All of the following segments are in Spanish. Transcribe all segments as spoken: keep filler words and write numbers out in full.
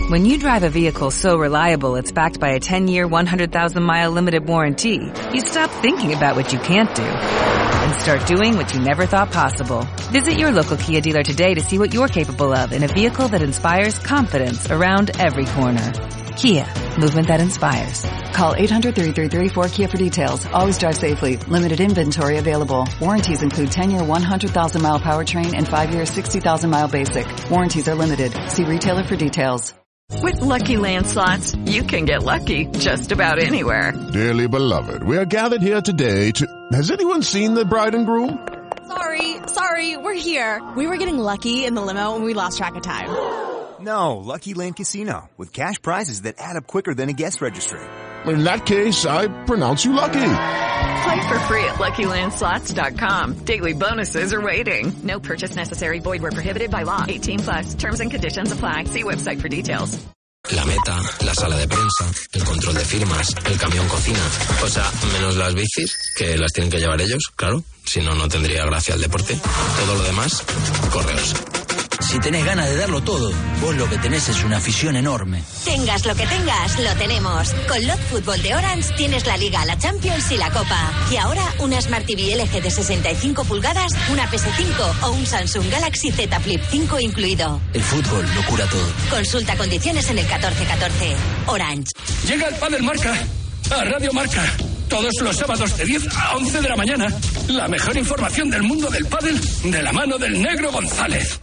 When you drive a vehicle so reliable it's backed by a ten-year, one hundred thousand mile limited warranty, you stop thinking about what you can't do and start doing what you never thought possible. Visit your local Kia dealer today to see what you're capable of in a vehicle that inspires confidence around every corner. Kia, movement that inspires. Call eight hundred, three three three, four Kia for details. Always drive safely. Limited inventory available. Warranties include ten-year, one hundred thousand mile powertrain and five-year, sixty thousand mile basic. Warranties are limited. See retailer for details. With Lucky Land Slots, you can get lucky just about anywhere. Dearly beloved, we are gathered here today to... Has anyone seen the bride and groom? Sorry, sorry, we're here. We were getting lucky in the limo and we lost track of time. No, Lucky Land Casino, with cash prizes that add up quicker than a guest registry. In that case, I pronounce you lucky. Play for free at Lucky Land Slots dot com. Daily bonuses are waiting. No purchase necessary. Void where prohibited by law. eighteen plus. Terms and conditions apply. See website for details. La meta, la sala de prensa, el control de firmas, el camión cocina. O sea, menos las bicis, que las tienen que llevar ellos, claro. Si no, no tendría gracia el deporte. Todo lo demás, correos. Si tenés ganas de darlo todo, vos lo que tenés es una afición enorme. Tengas lo que tengas, lo tenemos. Con Lot Fútbol de Orange tienes la Liga, la Champions y la Copa. Y ahora una Smart T V L G de sesenta y cinco pulgadas, una P S cinco o un Samsung Galaxy Z Flip cinco incluido. El fútbol lo cura todo. Consulta condiciones en el catorce catorce. Orange. Llega el Padel Marca a Radio Marca. Todos los sábados de diez a once de la mañana. La mejor información del mundo del pádel de la mano del Negro González.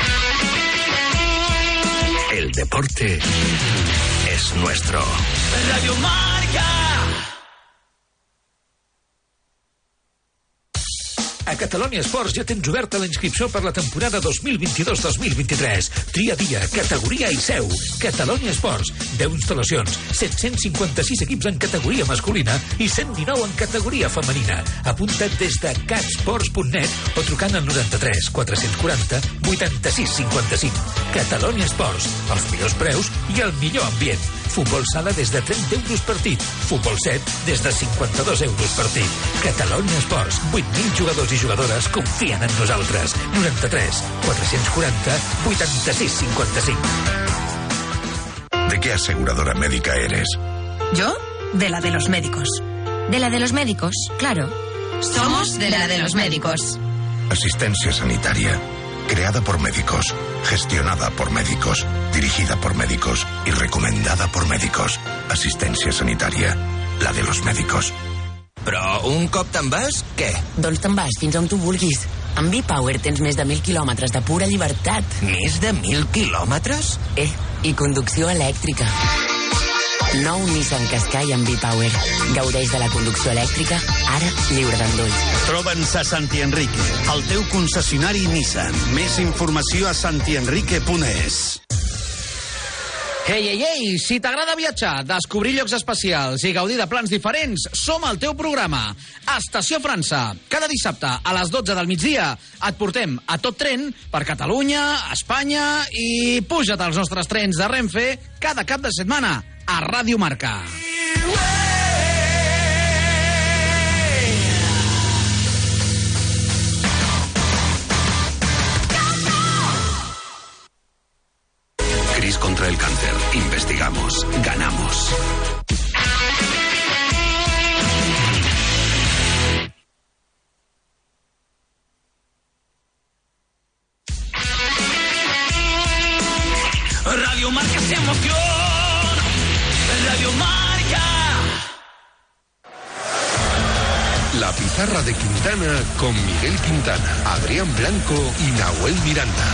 El deporte es nuestro. Radio Marca. A Catalonia Esports ja tens oberta la inscripció per la temporada dos mil vint-i-dos dos mil vint-i-tres. Tria dia, categoria i seu. Catalonia Esports. deu instal·lacions, set-cents cinquanta-sis equips en categoria masculina i cent dinou en categoria femenina. Apunta't des de catsports punt net o trucant al noranta-tres quatre-cents quaranta vuitanta-sis cinquanta-cinc. Catalonia Esports. Els millors preus i el millor ambient. Futbol sala des de trenta euros partit. Futbol set des de cinquanta-dos euros partit. Catalonia Esports. vuit mil jugadors i jugadores confien en nosaltres. noranta-tres quatre-cents quaranta vuitanta-sis cinquanta-cinc. ¿De qué aseguradora médica eres? Yo, de la de los médicos. De la de los médicos, claro. Somos de la de los médicos. Asistencia sanitaria. Creada por médicos, gestionada por médicos, dirigida por médicos y recomendada por médicos. Asistencia sanitària, la de los médicos. Però un cop te'n vas, què? Doncs te'n vas fins on tu vulguis. Amb V-Power tens més de mil quilòmetres de pura llibertat. Més de mil quilòmetres? Eh, i conducció elèctrica. Nou Nissan Qashqai amb V-Power. Gaudeix de la conducció elèctrica, ara lliure d'endolls. Troba'ns a Santi Enrique, el teu concessionari Nissan. Més informació a santi enrique punt es. Ei, ei, ei, si t'agrada viatjar, descobrir llocs especials i gaudir de plans diferents, som el teu programa. Estació França. Cada dissabte a les dotze del migdia et portem a tot tren per Catalunya, Espanya i puja't als nostres trens de Renfe cada cap de setmana a Ràdio Marca. Cris contra el cáncer. Investigamos. Ganamos. Radio Marca se emociona. Radio Marca. La pizarra de Quintana con Miguel Quintana, Adrián Blanco y Nahuel Miranda.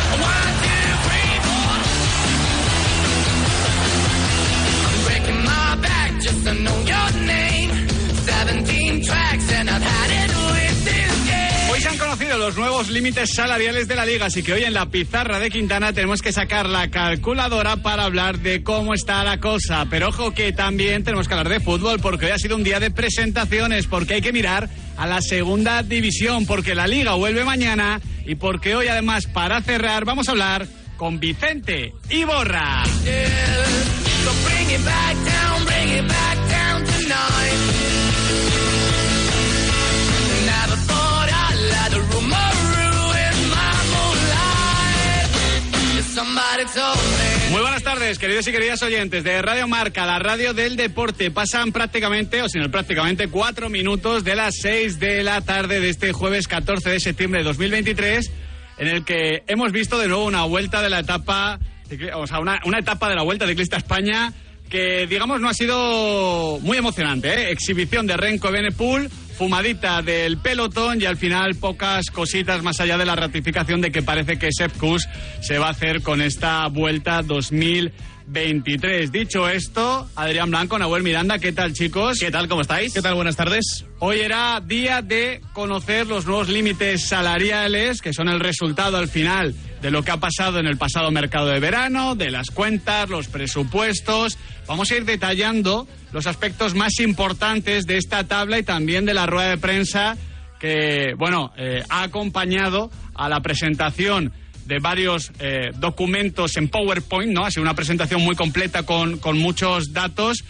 Hoy se han conocido los nuevos límites salariales de la Liga, así que hoy en la pizarra de Quintana tenemos que sacar la calculadora para hablar de cómo está la cosa. Pero ojo que también tenemos que hablar de fútbol, porque hoy ha sido un día de presentaciones, porque hay que mirar a la segunda división, porque la Liga vuelve mañana y porque hoy además, para cerrar, vamos a hablar con Vicente Iborra. So bring it back down, bring it back down tonight. Never thought I'd let a rumor ruin my moonlight. Somebody told me Muy buenas tardes, queridos y queridas oyentes de Radio Marca, la radio del deporte. Pasan prácticamente, o sin el prácticamente, cuatro minutos de las seis de la tarde de este jueves catorce de septiembre de dos mil veintitrés, en el que hemos visto de nuevo una vuelta de la etapa, o sea, una, una etapa de la Vuelta Ciclista España que, digamos, no ha sido muy emocionante, ¿eh? Exhibición de Renko Evenepoel, fumadita del pelotón y al final pocas cositas más allá de la ratificación de que parece que Sepp Kuss se va a hacer con esta Vuelta dos mil veintitrés. Dicho esto, Adrián Blanco, Nahuel Miranda, ¿qué tal, chicos? ¿Qué tal? ¿Cómo estáis? ¿Qué tal? Buenas tardes. Hoy era día de conocer los nuevos límites salariales, que son el resultado al final de lo que ha pasado en el pasado mercado de verano, de las cuentas, los presupuestos. Vamos a ir detallando los aspectos más importantes de esta tabla y también de la rueda de prensa que, bueno, eh, ha acompañado a la presentación de varios eh, documentos en PowerPoint, ¿no? Ha sido una presentación muy completa con, con muchos datos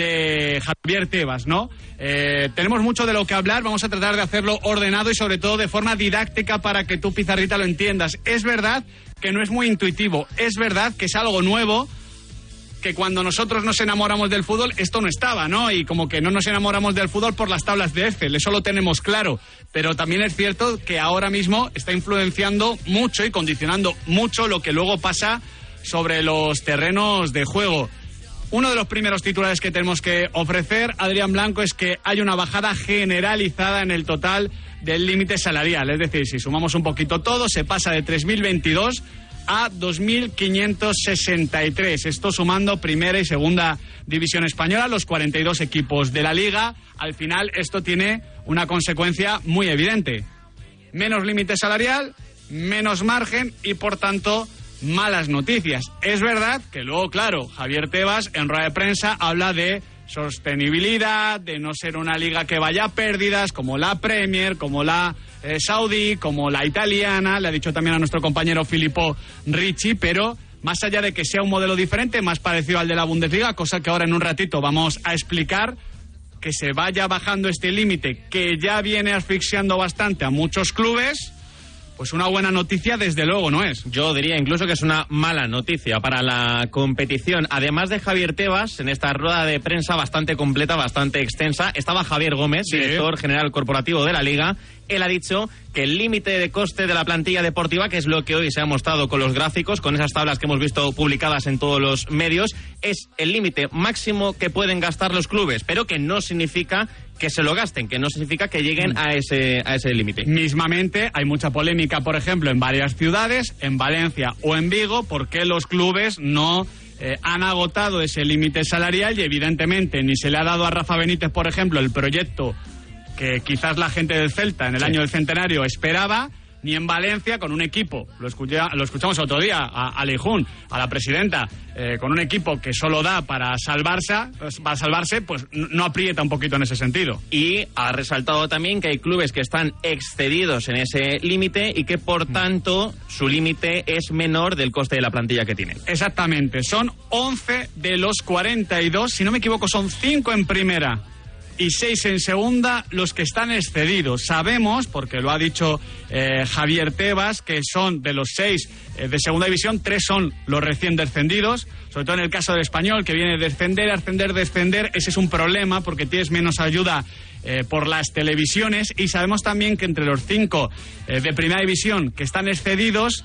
de Javier Tebas, ¿no? Eh, tenemos mucho de lo que hablar, vamos a tratar de hacerlo ordenado y sobre todo de forma didáctica para que tú, Pizarrita, lo entiendas. Es verdad que no es muy intuitivo, es verdad que es algo nuevo, que cuando nosotros nos enamoramos del fútbol esto no estaba, ¿no? Y como que no nos enamoramos del fútbol por las tablas de Excel, eso lo tenemos claro, pero también es cierto que ahora mismo está influenciando mucho y condicionando mucho lo que luego pasa sobre los terrenos de juego. Uno de los primeros titulares que tenemos que ofrecer, Adrián Blanco, es que hay una bajada generalizada en el total del límite salarial, es decir, si sumamos un poquito todo, se pasa de tres mil veintidós a dos mil quinientos sesenta y tres. Esto sumando primera y segunda división española, los cuarenta y dos equipos de la liga. Al final esto tiene una consecuencia muy evidente. Menos límite salarial, menos margen y por tanto malas noticias. Es verdad que luego, claro, Javier Tebas en rueda de prensa habla de sostenibilidad, de no ser una liga que vaya a pérdidas como la Premier, como la eh, Saudí, como la italiana, le ha dicho también a nuestro compañero Filippo Ricci, pero más allá de que sea un modelo diferente, más parecido al de la Bundesliga, cosa que ahora en un ratito vamos a explicar, que se vaya bajando este límite que ya viene asfixiando bastante a muchos clubes, pues una buena noticia desde luego no es. Yo diría incluso que es una mala noticia para la competición. Además de Javier Tebas, en esta rueda de prensa bastante completa, bastante extensa, estaba Javier Gómez, sí, director general corporativo de la Liga. Él ha dicho que el límite de coste de la plantilla deportiva, que es lo que hoy se ha mostrado con los gráficos, con esas tablas que hemos visto publicadas en todos los medios, es el límite máximo que pueden gastar los clubes, pero que no significa que se lo gasten, que no significa que lleguen a ese a ese límite. Mismamente, hay mucha polémica, por ejemplo, en varias ciudades, en Valencia o en Vigo, porque los clubes no eh, han agotado ese límite salarial y evidentemente ni se le ha dado a Rafa Benítez, por ejemplo, el proyecto que quizás la gente del Celta en el sí. año del centenario esperaba, ni en Valencia con un equipo, lo, escuché, lo escuchamos otro día, a, a Leijún, a la presidenta, eh, con un equipo que solo da para salvarse, para salvarse, pues no aprieta un poquito en ese sentido. Y ha resaltado también que hay clubes que están excedidos en ese límite y que por tanto su límite es menor del coste de la plantilla que tienen. Exactamente, son once de los cuarenta y dos, si no me equivoco son cinco en primera y seis en segunda los que están excedidos. Sabemos, porque lo ha dicho eh, Javier Tebas, que son de los seis eh, de segunda división, tres son los recién descendidos, sobre todo en el caso del Español, que viene descender, ascender, descender. Ese es un problema porque tienes menos ayuda eh, por las televisiones, y sabemos también que entre los cinco eh, de primera división que están excedidos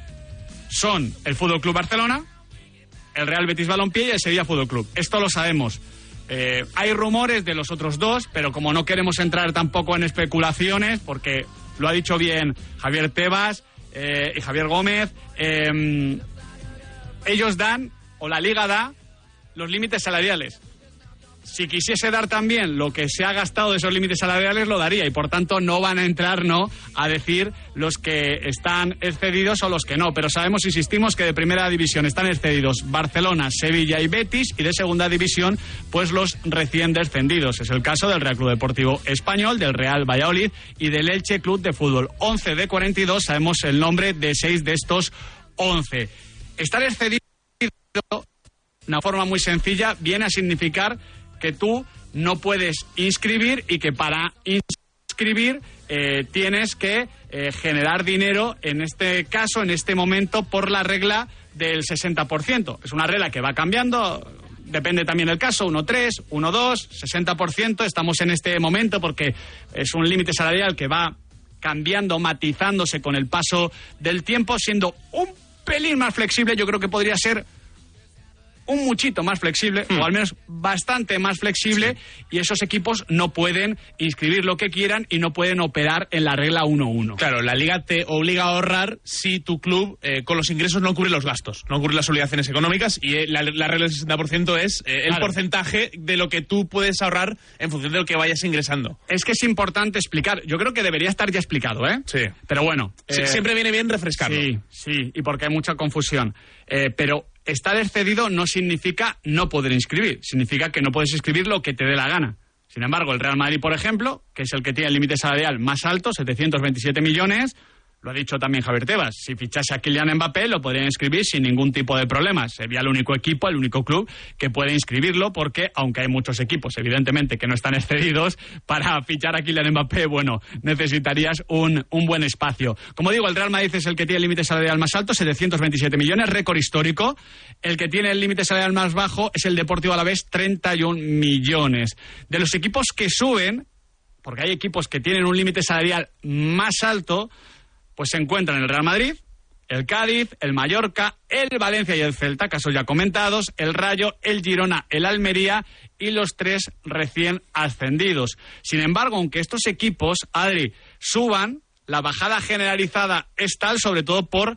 son el Fútbol Club Barcelona, el Real Betis Balompié y el Sevilla Fútbol Club. Esto lo sabemos. Eh, hay rumores de los otros dos, pero como no queremos entrar tampoco en especulaciones, porque lo ha dicho bien Javier Tebas eh, y Javier Gómez, eh, ellos dan, o la Liga da, los límites salariales. Si quisiese dar también lo que se ha gastado de esos límites salariales, lo daría, y por tanto no van a entrar no a decir los que están excedidos o los que no, pero sabemos, insistimos, que de primera división están excedidos Barcelona, Sevilla y Betis, y de segunda división pues los recién descendidos. Es el caso del Real Club Deportivo Español, del Real Valladolid y del Elche Club de Fútbol. once de cuarenta y dos, sabemos el nombre de seis de estos once. Estar excedido, de una forma muy sencilla, viene a significar que tú no puedes inscribir y que para inscribir eh, tienes que eh, generar dinero, en este caso, en este momento, por la regla del sesenta por ciento. Es una regla que va cambiando, depende también del caso, uno tres, uno dos, sesenta por ciento. Estamos en este momento porque es un límite salarial que va cambiando, matizándose con el paso del tiempo, siendo un pelín más flexible. Yo creo que podría ser un muchito más flexible, hmm. o al menos bastante más flexible, sí. Y esos equipos no pueden inscribir lo que quieran y no pueden operar en la regla uno uno. Claro, la Liga te obliga a ahorrar si tu club eh, con los ingresos no cubre los gastos, no cubre las obligaciones económicas, y eh, la, la regla del sesenta por ciento es eh, el claro. porcentaje de lo que tú puedes ahorrar en función de lo que vayas ingresando. Es que es importante explicar, yo creo que debería estar ya explicado, ¿eh? Sí. Pero bueno. Sí, eh, siempre viene bien refrescarlo. Sí, sí, y porque hay mucha confusión. Eh, pero estar excedido no significa no poder inscribir, significa que no puedes inscribir lo que te dé la gana. Sin embargo, el Real Madrid, por ejemplo, que es el que tiene el límite salarial más alto, setecientos veintisiete millones, lo ha dicho también Javier Tebas, si fichase a Kylian Mbappé lo podrían inscribir sin ningún tipo de problema. Sería el único equipo, el único club que puede inscribirlo, porque aunque hay muchos equipos, evidentemente, que no están excedidos, para fichar a Kylian Mbappé, bueno, necesitarías un, un buen espacio. Como digo, el Real Madrid es el que tiene el límite salarial más alto, setecientos veintisiete millones, récord histórico. El que tiene el límite salarial más bajo es el Deportivo Alavés, treinta y un millones. De los equipos que suben, porque hay equipos que tienen un límite salarial más alto, pues se encuentran el Real Madrid, el Cádiz, el Mallorca, el Valencia y el Celta, casos ya comentados, el Rayo, el Girona, el Almería y los tres recién ascendidos. Sin embargo, aunque estos equipos, Adri, suban, la bajada generalizada es tal, sobre todo por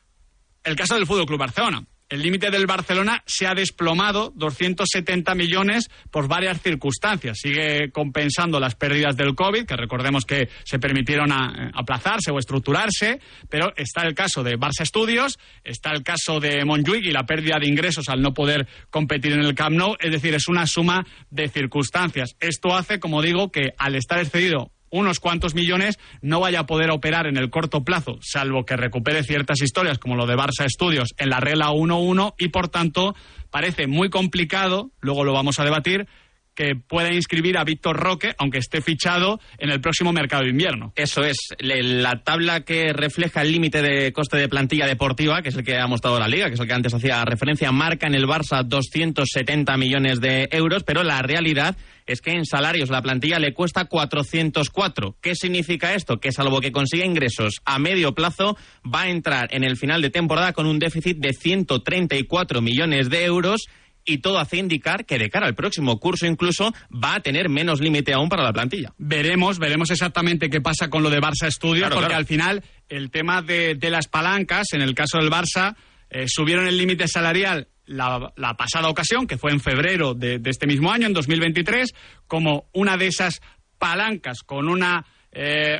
el caso del F C Barcelona. El límite del Barcelona se ha desplomado doscientos setenta millones por varias circunstancias. Sigue compensando las pérdidas del COVID, que recordemos que se permitieron a, aplazarse o estructurarse, pero está el caso de Barça Studios, está el caso de Montjuic y la pérdida de ingresos al no poder competir en el Camp Nou. Es decir, es una suma de circunstancias. Esto hace, como digo, que al estar excedido unos cuantos millones no vaya a poder operar en el corto plazo, salvo que recupere ciertas historias como lo de Barça Studios en la regla uno uno, y por tanto parece muy complicado, luego lo vamos a debatir, que pueda inscribir a Víctor Roque, aunque esté fichado en el próximo mercado de invierno. Eso es, la tabla que refleja el límite de coste de plantilla deportiva, que es el que ha mostrado la Liga, que es el que antes hacía referencia, marca en el Barça doscientos setenta millones de euros, pero la realidad es que en salarios la plantilla le cuesta cuatrocientos cuatro. ¿Qué significa esto? Que salvo que consiga ingresos a medio plazo, va a entrar en el final de temporada con un déficit de ciento treinta y cuatro millones de euros, y todo hace indicar que de cara al próximo curso incluso va a tener menos límite aún para la plantilla. Veremos, veremos exactamente qué pasa con lo de Barça Studios, claro, porque claro. Al final el tema de, de las palancas, en el caso del Barça, eh, subieron el límite salarial la, la pasada ocasión, que fue en febrero de, de este mismo año, en dos mil veintitrés, como una de esas palancas con una Eh,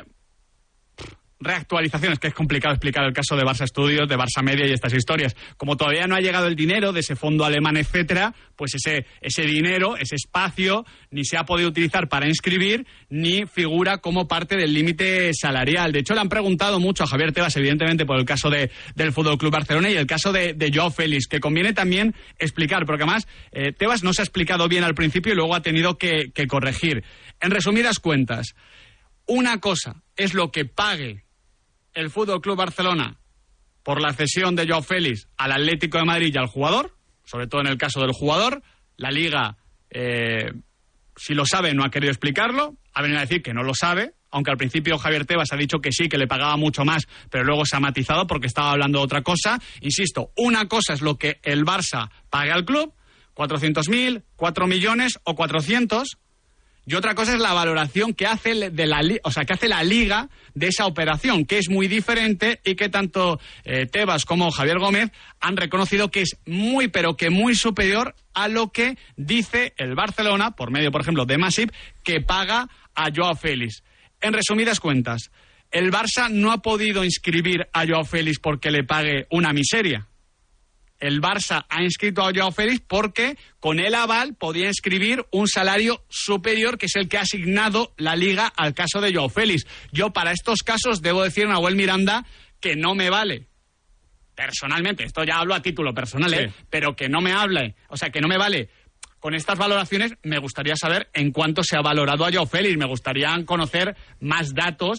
reactualizaciones, que es complicado explicar el caso de Barça Studios, de Barça Media y estas historias. Como todavía no ha llegado el dinero de ese fondo alemán, etcétera, pues ese, ese dinero, ese espacio, ni se ha podido utilizar para inscribir, ni figura como parte del límite salarial. De hecho, le han preguntado mucho a Javier Tebas, evidentemente, por el caso de, del F C Barcelona y el caso de, de Joao Félix, que conviene también explicar, porque además eh, Tebas no se ha explicado bien al principio y luego ha tenido que, que corregir. En resumidas cuentas, una cosa es lo que pague el F C Barcelona por la cesión de Joao Félix al Atlético de Madrid y al jugador, sobre todo en el caso del jugador. La Liga, eh, si lo sabe, no ha querido explicarlo, ha venido a decir que no lo sabe, aunque al principio Javier Tebas ha dicho que sí, que le pagaba mucho más, pero luego se ha matizado porque estaba hablando de otra cosa. Insisto, una cosa es lo que el Barça pague al club, cuatrocientos mil, cuatro millones o cuatrocientos, y otra cosa es la valoración que hace de la, o sea, que hace la Liga de esa operación, que es muy diferente y que tanto eh, Tebas como Javier Gómez han reconocido que es muy, pero que muy superior a lo que dice el Barcelona, por medio, por ejemplo, de Masip, que paga a Joao Félix. En resumidas cuentas, el Barça no ha podido inscribir a Joao Félix porque le pague una miseria. El Barça ha inscrito a Joao Félix porque con el aval podía inscribir un salario superior, que es el que ha asignado la Liga al caso de Joao Félix. Yo para estos casos debo decir a Nahuel Miranda que no me vale. Personalmente, esto ya hablo a título personal, sí. ¿eh? Pero que no me hable, o sea, que no me vale. Con estas valoraciones me gustaría saber en cuánto se ha valorado a Joao Félix. Me gustaría conocer más datos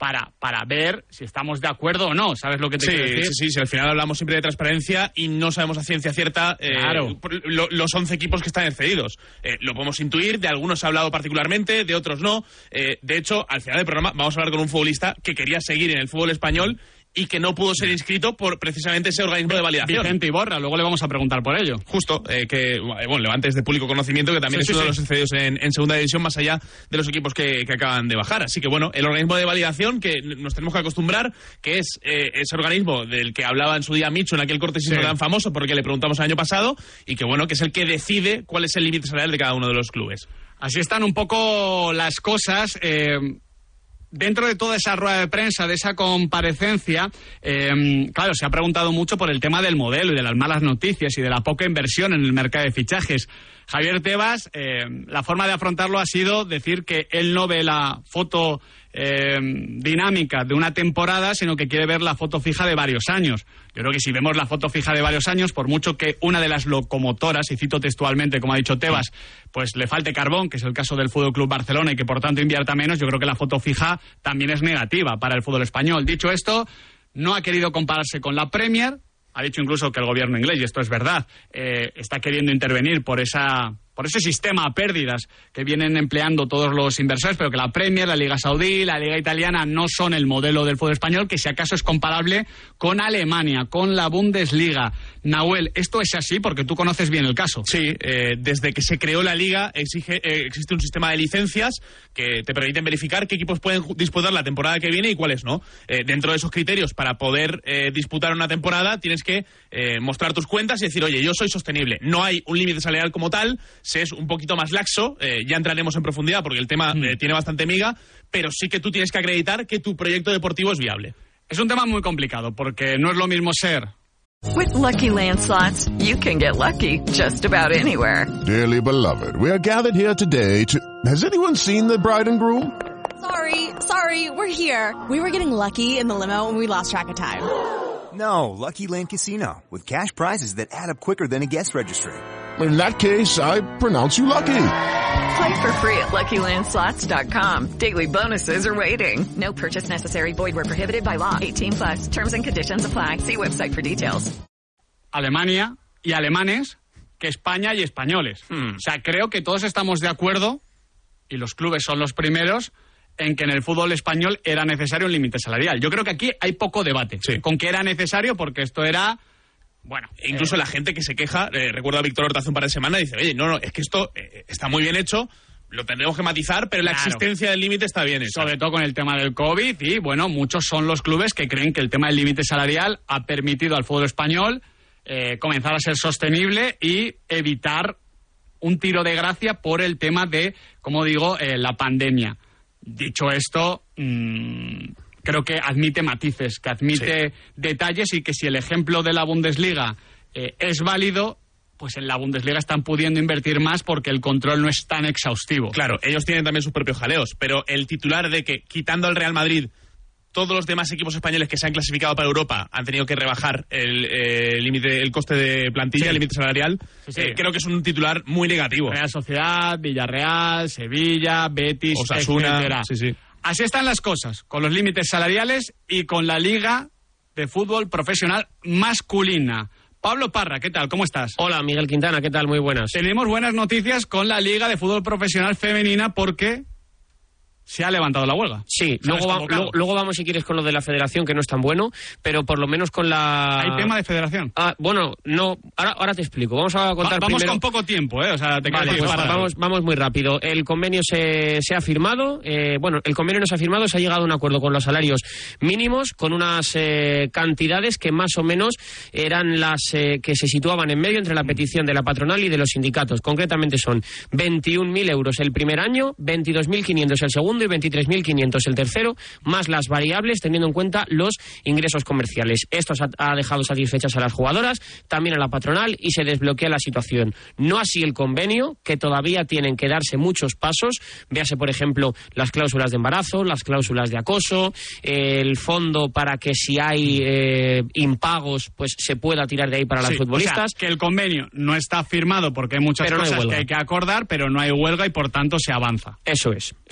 para, para ver si estamos de acuerdo o no, ¿sabes lo que te sí, quiero decir? Sí, sí, sí, al final hablamos siempre de transparencia y no sabemos a ciencia cierta eh, Claro. lo, los once equipos que están cedidos. Eh, lo podemos intuir, de algunos se ha hablado particularmente, de otros no. Eh, de hecho, al final del programa vamos a hablar con un futbolista que quería seguir en el fútbol español y que no pudo ser inscrito por precisamente ese organismo de validación. Vicente Iborra, luego le vamos a preguntar por ello. Justo, eh, que, bueno, Levante es de público conocimiento, que también Sí, es sí, uno sí. de los cedidos en, en segunda división, más allá de los equipos que, que acaban de bajar. Así que, bueno, el organismo de validación que nos tenemos que acostumbrar, que es eh, ese organismo del que hablaba en su día Micho en aquel corte Sí. tan famoso, porque le preguntamos el año pasado, y que, bueno, que es el que decide cuál es el límite salarial de cada uno de los clubes. Así están un poco las cosas. Eh, dentro de toda esa rueda de prensa, de esa comparecencia, eh, claro, se ha preguntado mucho por el tema del modelo y de las malas noticias y de la poca inversión en el mercado de fichajes. Javier Tebas, eh, la forma de afrontarlo ha sido decir que él no ve la foto eh, dinámica de una temporada, sino que quiere ver la foto fija de varios años. Yo creo que si vemos la foto fija de varios años, por mucho que una de las locomotoras, y cito textualmente como ha dicho Tebas, pues le falte carbón, que es el caso del Fútbol Club Barcelona, y que por tanto invierta menos, yo creo que la foto fija también es negativa para el fútbol español. Dicho esto, no ha querido compararse con la Premier. Ha dicho incluso que el gobierno inglés, y esto es verdad, eh, está queriendo intervenir por esa por ese sistema a pérdidas que vienen empleando todos los inversores, pero que la Premier, la Liga Saudí, la Liga Italiana no son el modelo del fútbol español, que si acaso es comparable con Alemania, con la Bundesliga. Nahuel, ¿esto es así? Porque tú conoces bien el caso. Sí, eh, desde que se creó la Liga exige, eh, existe un sistema de licencias que te permiten verificar qué equipos pueden disputar la temporada que viene y cuáles no. Eh, dentro de esos criterios, para poder eh, disputar una temporada, tienes que eh, mostrar tus cuentas y decir, oye, yo soy sostenible. No hay un límite salarial como tal, se es un poquito más laxo, eh, ya entraremos en profundidad porque el tema eh, tiene bastante miga, pero sí que tú tienes que acreditar que tu proyecto deportivo es viable. Es un tema muy complicado porque no es lo mismo ser... With Lucky Land Slots, you can get lucky just about anywhere. Dearly beloved, we are gathered here today to... Has anyone seen the bride and groom? Sorry, sorry, we're here. We were getting lucky in the limo and we lost track of time. No, Lucky Land Casino, with cash prizes that add up quicker than a guest registry. In that case, I pronounce you lucky. Play for free at Lucky Land Slots dot com. Daily bonuses are waiting. No purchase necessary. Void where prohibited by law. eighteen plus. Terms and conditions apply. See website for details. Alemania y alemanes que España y españoles. Hmm. O sea, creo que todos estamos de acuerdo, y los clubes son los primeros, en que en el fútbol español era necesario un límite salarial. Yo creo que aquí hay poco debate sí. con que era necesario, porque esto era... Bueno, incluso eh, la gente que se queja, eh, recuerdo a Víctor Horta hace un par de semanas, dice, oye, no, no, es que esto eh, está muy bien hecho, lo tendremos que matizar, pero la claro. existencia del límite está bien hecha. Sobre todo con el tema del COVID, y bueno, muchos son los clubes que creen que el tema del límite salarial ha permitido al fútbol español eh, comenzar a ser sostenible y evitar un tiro de gracia por el tema de, como digo, eh, la pandemia. Dicho esto... Mmm, creo que admite matices, que admite sí. detalles, y que si el ejemplo de la Bundesliga eh, es válido, pues en la Bundesliga están pudiendo invertir más porque el control no es tan exhaustivo. Claro, ellos tienen también sus propios jaleos, pero el titular de que, quitando al Real Madrid, todos los demás equipos españoles que se han clasificado para Europa han tenido que rebajar el eh, límite, el coste de plantilla, sí. el límite salarial, sí, sí. Eh, creo que es un titular muy negativo. Real Sociedad, Villarreal, Sevilla, Betis, Osasuna, etcétera. Sí, sí. Así están las cosas, con los límites salariales y con la Liga de Fútbol Profesional Masculina. Pablo Parra, ¿qué tal? ¿Cómo estás? Hola, Miguel Quintana, ¿qué tal? Muy buenas. Tenemos buenas noticias con la Liga de Fútbol Profesional Femenina, porque se ha levantado la huelga. Sí, luego, va, luego, luego vamos, si quieres, con lo de la federación, que no es tan bueno, pero por lo menos con la... ¿Hay tema de federación? Ah, bueno, no, ahora, ahora te explico. Vamos a contar va, Vamos primero... con poco tiempo, ¿eh? O sea, te vale, pues vamos, vamos muy rápido. El convenio se, se ha firmado, eh, bueno, el convenio no se ha firmado, se ha llegado a un acuerdo con los salarios mínimos, con unas eh, cantidades que más o menos eran las eh, que se situaban en medio entre la petición de la patronal y de los sindicatos. Concretamente son veintiún mil euros el primer año, veintidós mil quinientos el segundo y veintitrés mil quinientos el tercero, más las variables, teniendo en cuenta los ingresos comerciales. Esto ha dejado satisfechas a las jugadoras, también a la patronal, y se desbloquea la situación. No así el convenio, que todavía tienen que darse muchos pasos. Véase, por ejemplo, las cláusulas de embarazo, las cláusulas de acoso, el fondo para que si hay eh, impagos, pues se pueda tirar de ahí para sí, las futbolistas. O sea, que el convenio no está firmado porque hay muchas pero cosas no hay que hay que acordar, pero no hay huelga y por tanto se avanza. Eso es. Eso es un poco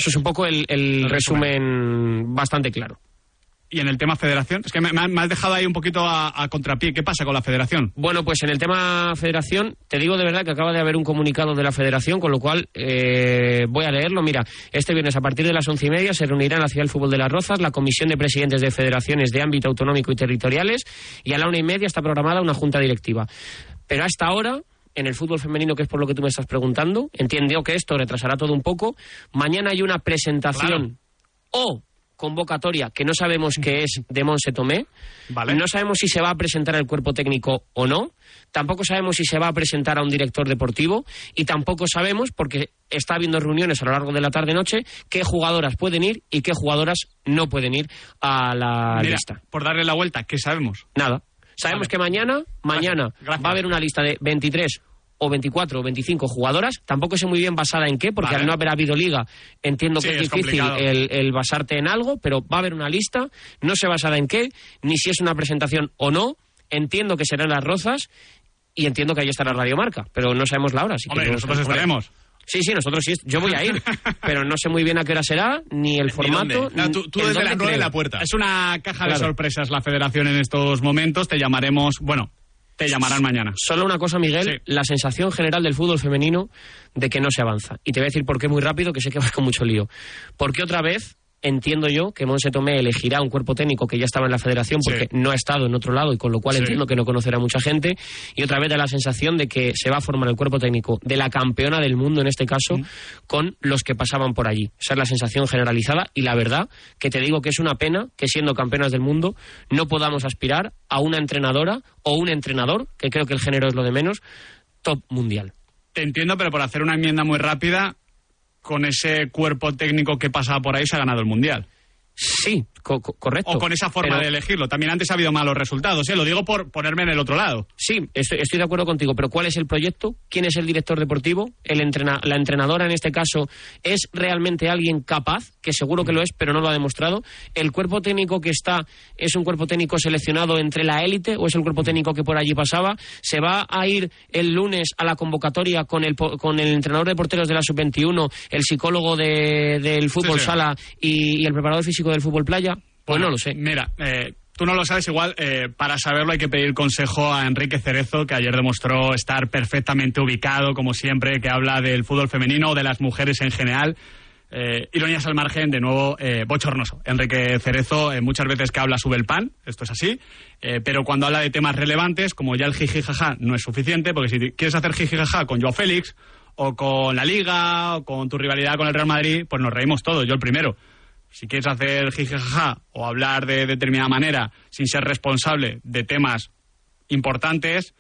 el, el, el resumen, resumen bastante claro. Y en el tema federación, es que me, me has dejado ahí un poquito a, a contrapié. ¿Qué pasa con la federación? Bueno, pues en el tema federación, te digo de verdad que acaba de haber un comunicado de la federación, con lo cual eh, voy a leerlo. Mira, este viernes a partir de las once y media se reunirá en la Ciudad del Fútbol de Las Rozas la Comisión de Presidentes de Federaciones de Ámbito Autonómico y Territoriales, y a la una y media está programada una junta directiva. Pero hasta ahora, en el fútbol femenino, que es por lo que tú me estás preguntando, entiendo que esto retrasará todo un poco. Mañana hay una presentación claro. o convocatoria que no sabemos qué es de Montse Tomé. Vale. No sabemos si se va a presentar el cuerpo técnico o no. Tampoco sabemos si se va a presentar a un director deportivo. Y tampoco sabemos, porque está habiendo reuniones a lo largo de la tarde-noche, qué jugadoras pueden ir y qué jugadoras no pueden ir a la Mira, lista. Por darle la vuelta, ¿qué sabemos? Nada. Sabemos vale. que mañana, mañana Gracias. Gracias. va a haber una lista de veintitrés o veinticuatro o veinticinco jugadoras. Tampoco sé muy bien basada en qué, porque vale. al no haber habido liga, entiendo sí, que es, es difícil el, el basarte en algo, pero va a haber una lista, no sé basada en qué, ni si es una presentación o no. Entiendo que serán Las Rozas y entiendo que ahí estará Radio Marca, pero no sabemos la hora. Así Hombre, que nosotros estaremos. Sí, sí, nosotros sí. Yo voy a ir, pero no sé muy bien a qué hora será, ni el formato. No, tú tú desde la rueda de la puerta. Es una caja claro. de sorpresas la federación en estos momentos. Te llamaremos, bueno, te llamarán mañana. Solo una cosa, Miguel, sí. la sensación general del fútbol femenino de que no se avanza. Y te voy a decir por qué muy rápido, que sé que vas con mucho lío. Porque otra vez entiendo yo que Montse Tomé elegirá un cuerpo técnico que ya estaba en la federación porque sí. no ha estado en otro lado, y con lo cual sí. entiendo que no conocerá mucha gente, y otra vez da la sensación de que se va a formar el cuerpo técnico de la campeona del mundo en este caso mm. con los que pasaban por allí. Esa es la sensación generalizada, y la verdad que te digo que es una pena que siendo campeonas del mundo no podamos aspirar a una entrenadora o un entrenador, que creo que el género es lo de menos, top mundial. Te entiendo, pero por hacer una enmienda muy rápida, con ese cuerpo técnico que pasaba por ahí se ha ganado el Mundial. Sí, co co correcto. O con esa forma pero... de elegirlo. También antes ha habido malos resultados, ¿eh? Lo digo por ponerme en el otro lado. Sí, estoy, estoy de acuerdo contigo, pero ¿cuál es el proyecto? ¿Quién es el director deportivo? El entrena la entrenadora en este caso es realmente alguien capaz, que seguro que lo es, pero no lo ha demostrado. ¿El cuerpo técnico que está es un cuerpo técnico seleccionado entre la élite o es el cuerpo técnico que por allí pasaba? ¿Se va a ir el lunes a la convocatoria con el, con el entrenador de porteros de la sub veintiuno, el psicólogo de, del fútbol sí, sí. sala y, y el preparador físico del fútbol playa? Pues bueno, no lo sé. Mira, eh, tú no lo sabes, igual eh, para saberlo hay que pedir consejo a Enrique Cerezo, que ayer demostró estar perfectamente ubicado, como siempre, que habla del fútbol femenino o de las mujeres en general. Eh, ironías al margen, de nuevo, eh, bochornoso. Enrique Cerezo, eh, muchas veces que habla sube el pan, esto es así, eh, pero cuando habla de temas relevantes, como ya el jiji jaja no es suficiente, porque si quieres hacer jiji jaja con Joao Félix, o con la Liga, o con tu rivalidad con el Real Madrid, pues nos reímos todos, yo el primero. Si quieres hacer jijaja o hablar de determinada manera sin ser responsable de temas importantes,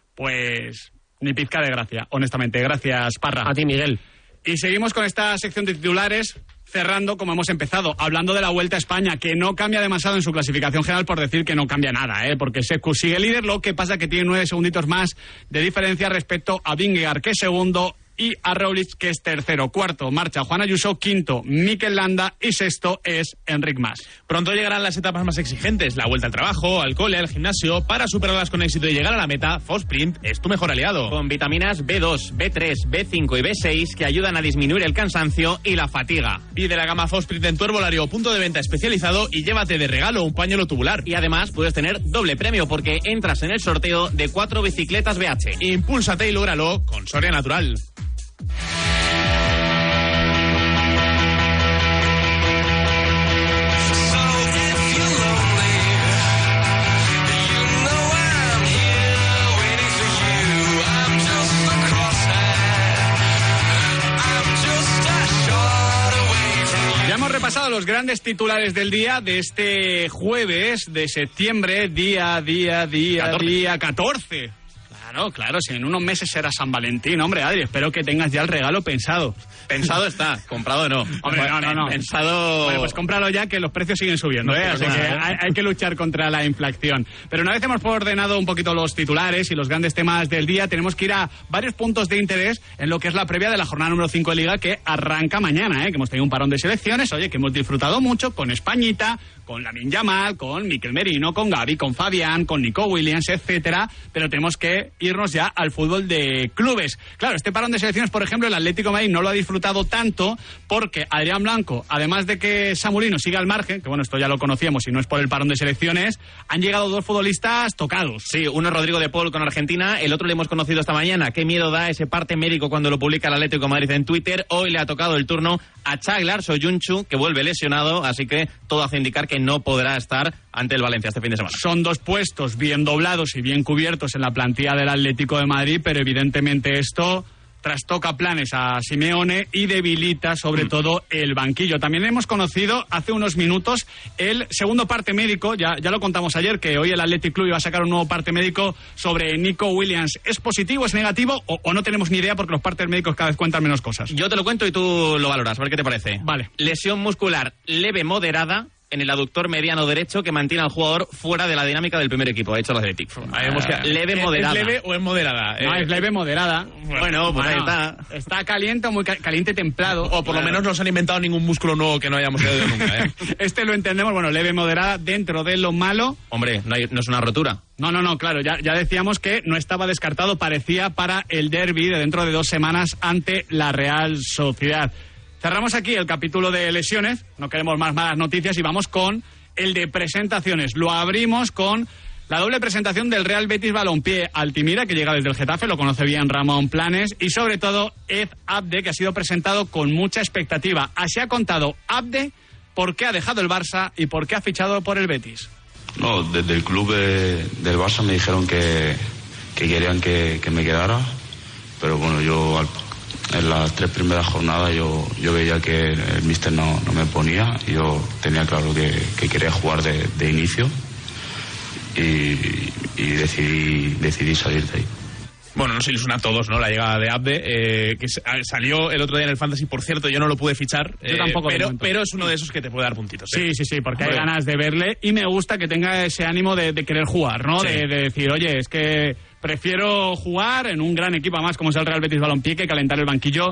pues ni pizca de gracia, honestamente. Gracias, Parra. A ti, Miguel. Y seguimos con esta sección de titulares, cerrando como hemos empezado, hablando de la Vuelta a España, que no cambia demasiado en su clasificación general, por decir que no cambia nada, ¿eh? Porque Secu sigue líder, lo que pasa que tiene nueve segunditos más de diferencia respecto a Vingegaard, que es segundo, y a Roglic, que es tercero. Cuarto marcha Juan Ayuso, quinto Mikel Landa y sexto es Enric Mas. Pronto llegarán las etapas más exigentes, la vuelta al trabajo, al cole, al gimnasio. Para superarlas con éxito y llegar a la meta, Fosprint es tu mejor aliado. Con vitaminas B dos, B tres, B cinco y B seis que ayudan a disminuir el cansancio y la fatiga. Pide la gama Fosprint en tu herbolario o punto de venta especializado y llévate de regalo un pañuelo tubular. Y además puedes tener doble premio porque entras en el sorteo de cuatro bicicletas B H. Impúlsate y lógralo con Soria Natural. Ya hemos repasado los grandes titulares del día de este jueves de septiembre, día, día, día, catorce. Día catorce. Claro, claro, si en unos meses será San Valentín, hombre, Adri, espero que tengas ya el regalo pensado. Pensado está, comprado no. Hombre, no, no, no. Pensado... Bueno, pues cómpralo ya, que los precios siguen subiendo, ¿eh? Así que hay, hay que luchar contra la inflación. Pero una vez hemos ordenado un poquito los titulares y los grandes temas del día, tenemos que ir a varios puntos de interés en lo que es la previa de la jornada número cinco de Liga, que arranca mañana, ¿eh? Que hemos tenido un parón de selecciones, oye, que hemos disfrutado mucho con Españita, con Lamine Yamal, con Mikel Merino, con Gavi, con Fabián, con Nico Williams, etcétera, pero tenemos que irnos ya al fútbol de clubes. Claro, este parón de selecciones, por ejemplo, el Atlético de Madrid no lo ha disfrutado tanto porque Adrián Blanco, además de que Samulino sigue al margen, que bueno, esto ya lo conocíamos y no es por el parón de selecciones, han llegado dos futbolistas tocados. Sí, uno es Rodrigo de Paul con Argentina, el otro le hemos conocido esta mañana. Qué miedo da ese parte médico cuando lo publica el Atlético de Madrid en Twitter. Hoy le ha tocado el turno a Çağlar Söyüncü, que vuelve lesionado, así que todo hace indicar que no podrá estar ante el Valencia este fin de semana. Son dos puestos bien doblados y bien cubiertos en la plantilla del Atlético de Madrid, pero evidentemente esto trastoca planes a Simeone y debilita sobre mm. todo el banquillo. También hemos conocido hace unos minutos el segundo parte médico, ya, ya lo contamos ayer, que hoy el Athletic Club iba a sacar un nuevo parte médico sobre Nico Williams. ¿Es positivo, es negativo o, o no tenemos ni idea porque los partes médicos cada vez cuentan menos cosas? Yo te lo cuento y tú lo valoras, a ver qué te parece. Vale. Lesión muscular leve moderada en el aductor mediano derecho que mantiene al jugador fuera de la dinámica del primer equipo. Ha hecho el Athletic. Uh, leve moderada. ¿Es leve o es moderada? No, eh, es leve moderada. Bueno, pues bueno, ahí está. Está caliente o muy ca- caliente templado. O por claro. lo menos no se han inventado ningún músculo nuevo que no hayamos oído nunca. ¿eh? Este lo entendemos, bueno, leve moderada dentro de lo malo. Hombre, no, hay, no es una rotura. No, no, no, claro, ya, ya decíamos que no estaba descartado, parecía para el derbi de dentro de dos semanas ante la Real Sociedad. Cerramos aquí el capítulo de lesiones, no queremos más malas noticias y vamos con el de presentaciones. Lo abrimos con la doble presentación del Real Betis Balompié. Altimira, que llega desde el Getafe, lo conoce bien Ramón Planes, y sobre todo Ed Abde, que ha sido presentado con mucha expectativa. Así ha contado Abde por qué ha dejado el Barça y por qué ha fichado por el Betis. No, desde el club eh, del Barça me dijeron que, que querían que, que me quedara, pero bueno, yo al en las tres primeras jornadas yo, yo veía que el míster no, no me ponía y yo tenía claro que, que quería jugar de, de inicio y, y decidí, decidí salir de ahí. Bueno, nos ilusiona a todos, ¿no? La llegada de Abde, eh, que salió el otro día en el Fantasy, por cierto, yo no lo pude fichar. Yo tampoco. Eh, pero, pero es uno de esos que te puede dar puntitos. ¿eh? Sí, sí, sí, porque bueno, hay ganas de verle y me gusta que tenga ese ánimo de, de querer jugar, ¿no? Sí. De, de decir, oye, es que prefiero jugar en un gran equipo más como es el Real Betis Balompié que calentar el banquillo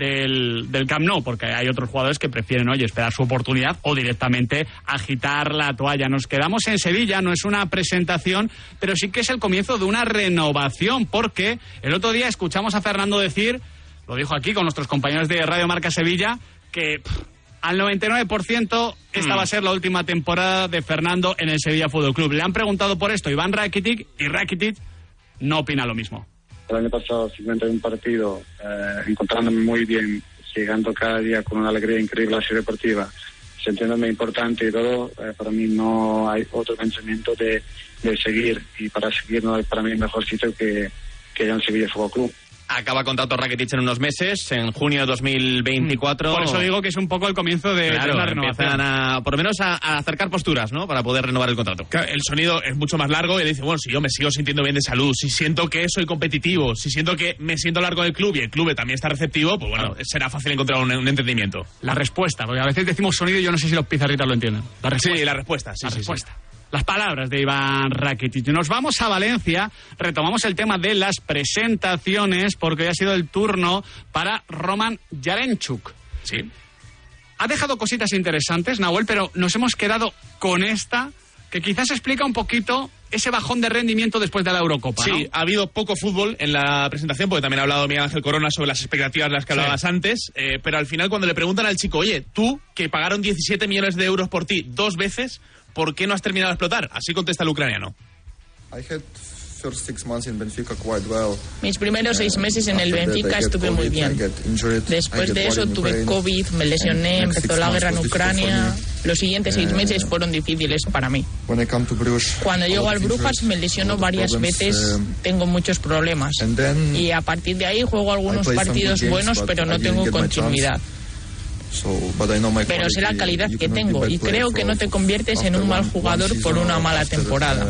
del, del Camp Nou, porque hay otros jugadores que prefieren, oye, esperar su oportunidad o directamente agitar la toalla. Nos quedamos en Sevilla, no es una presentación, pero sí que es el comienzo de una renovación, porque el otro día escuchamos a Fernando decir, lo dijo aquí con nuestros compañeros de Radio Marca Sevilla, que pff, al noventa y nueve por ciento esta mm. va a ser la última temporada de Fernando en el Sevilla Fútbol Club. Le han preguntado por esto Iván Rakitic y Rakitic no opina lo mismo. El año pasado, cincuenta y un partidos, eh, encontrándome muy bien, llegando cada día con una alegría increíble a la serie deportiva, sintiéndome importante y todo, eh, para mí no hay otro pensamiento de, de seguir, y para seguir no hay para mí mejor sitio que, que ya en Sevilla Fútbol Club. Acaba contrato Rakitic en unos meses, en junio de dos mil veinticuatro. Por eso digo que es un poco el comienzo de, claro, de la renovación. Empiezan a, por lo menos a, a acercar posturas, ¿no? Para poder renovar el contrato. Claro, el sonido es mucho más largo y él dice, bueno, si yo me sigo sintiendo bien de salud, si siento que soy competitivo, si siento que me siento largo del club y el club también está receptivo, pues bueno, claro, será fácil encontrar un, un entendimiento. La respuesta, porque a veces decimos sonido y yo no sé si los pizarritas lo entienden. La respuesta. Sí, la respuesta, sí, la sí, respuesta. Sí. Las palabras de Iván Rakitic. Nos vamos a Valencia, retomamos el tema de las presentaciones, porque hoy ha sido el turno para Roman Yarenchuk. Sí. Ha dejado cositas interesantes, Nahuel, pero nos hemos quedado con esta, que quizás explica un poquito ese bajón de rendimiento después de la Eurocopa, ¿no? Sí, ha habido poco fútbol en la presentación, porque también ha hablado Miguel Ángel Corona sobre las expectativas de las que hablabas sí. antes, eh, pero al final cuando le preguntan al chico, oye, tú, que pagaron diecisiete millones de euros por ti dos veces, ¿por qué no has terminado de explotar? Así contesta el ucraniano. Mis primeros seis meses en el Benfica estuve muy bien. Después de eso tuve COVID, me lesioné, empezó la guerra en Ucrania. Los siguientes seis meses fueron difíciles para mí. Cuando llego al Brujas me lesiono varias veces, tengo muchos problemas. Y a partir de ahí juego algunos partidos buenos, pero no tengo continuidad. Pero sé la calidad que tengo y creo que no te conviertes en un mal jugador por una mala temporada.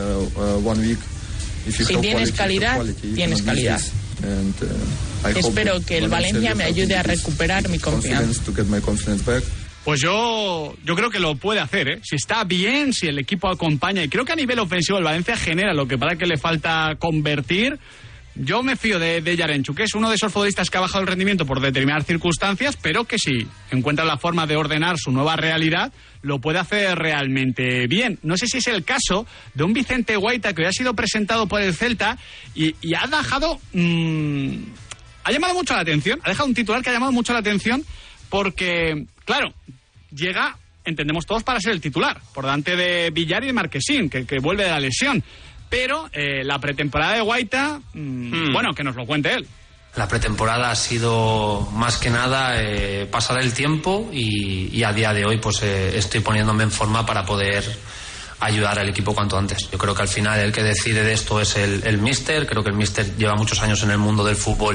Si tienes calidad, tienes calidad. Espero que el Valencia me ayude a recuperar mi confianza. Pues yo, yo creo que lo puede hacer, ¿eh? Si está bien, si el equipo acompaña, y creo que a nivel ofensivo el Valencia genera, lo que para que le falta convertir, Yo me fío de, de Yarenchuk, que es uno de esos futbolistas que ha bajado el rendimiento por determinadas circunstancias, pero que si encuentra la forma de ordenar su nueva realidad, lo puede hacer realmente bien. No sé si es el caso de un Vicente Guaita que hoy ha sido presentado por el Celta y, y ha dejado... Mmm, ha llamado mucho la atención, ha dejado un titular que ha llamado mucho la atención porque, claro, llega, entendemos todos, para ser el titular, por delante de Villar y de Marquesín, que, que vuelve de la lesión. Pero eh, la pretemporada de Guaita, mmm, hmm. bueno, que nos lo cuente él. La pretemporada ha sido más que nada eh, pasar el tiempo y, y a día de hoy pues eh, estoy poniéndome en forma para poder ayudar al equipo cuanto antes. Yo creo que al final el que decide de esto es el, el míster. Creo que el míster lleva muchos años en el mundo del fútbol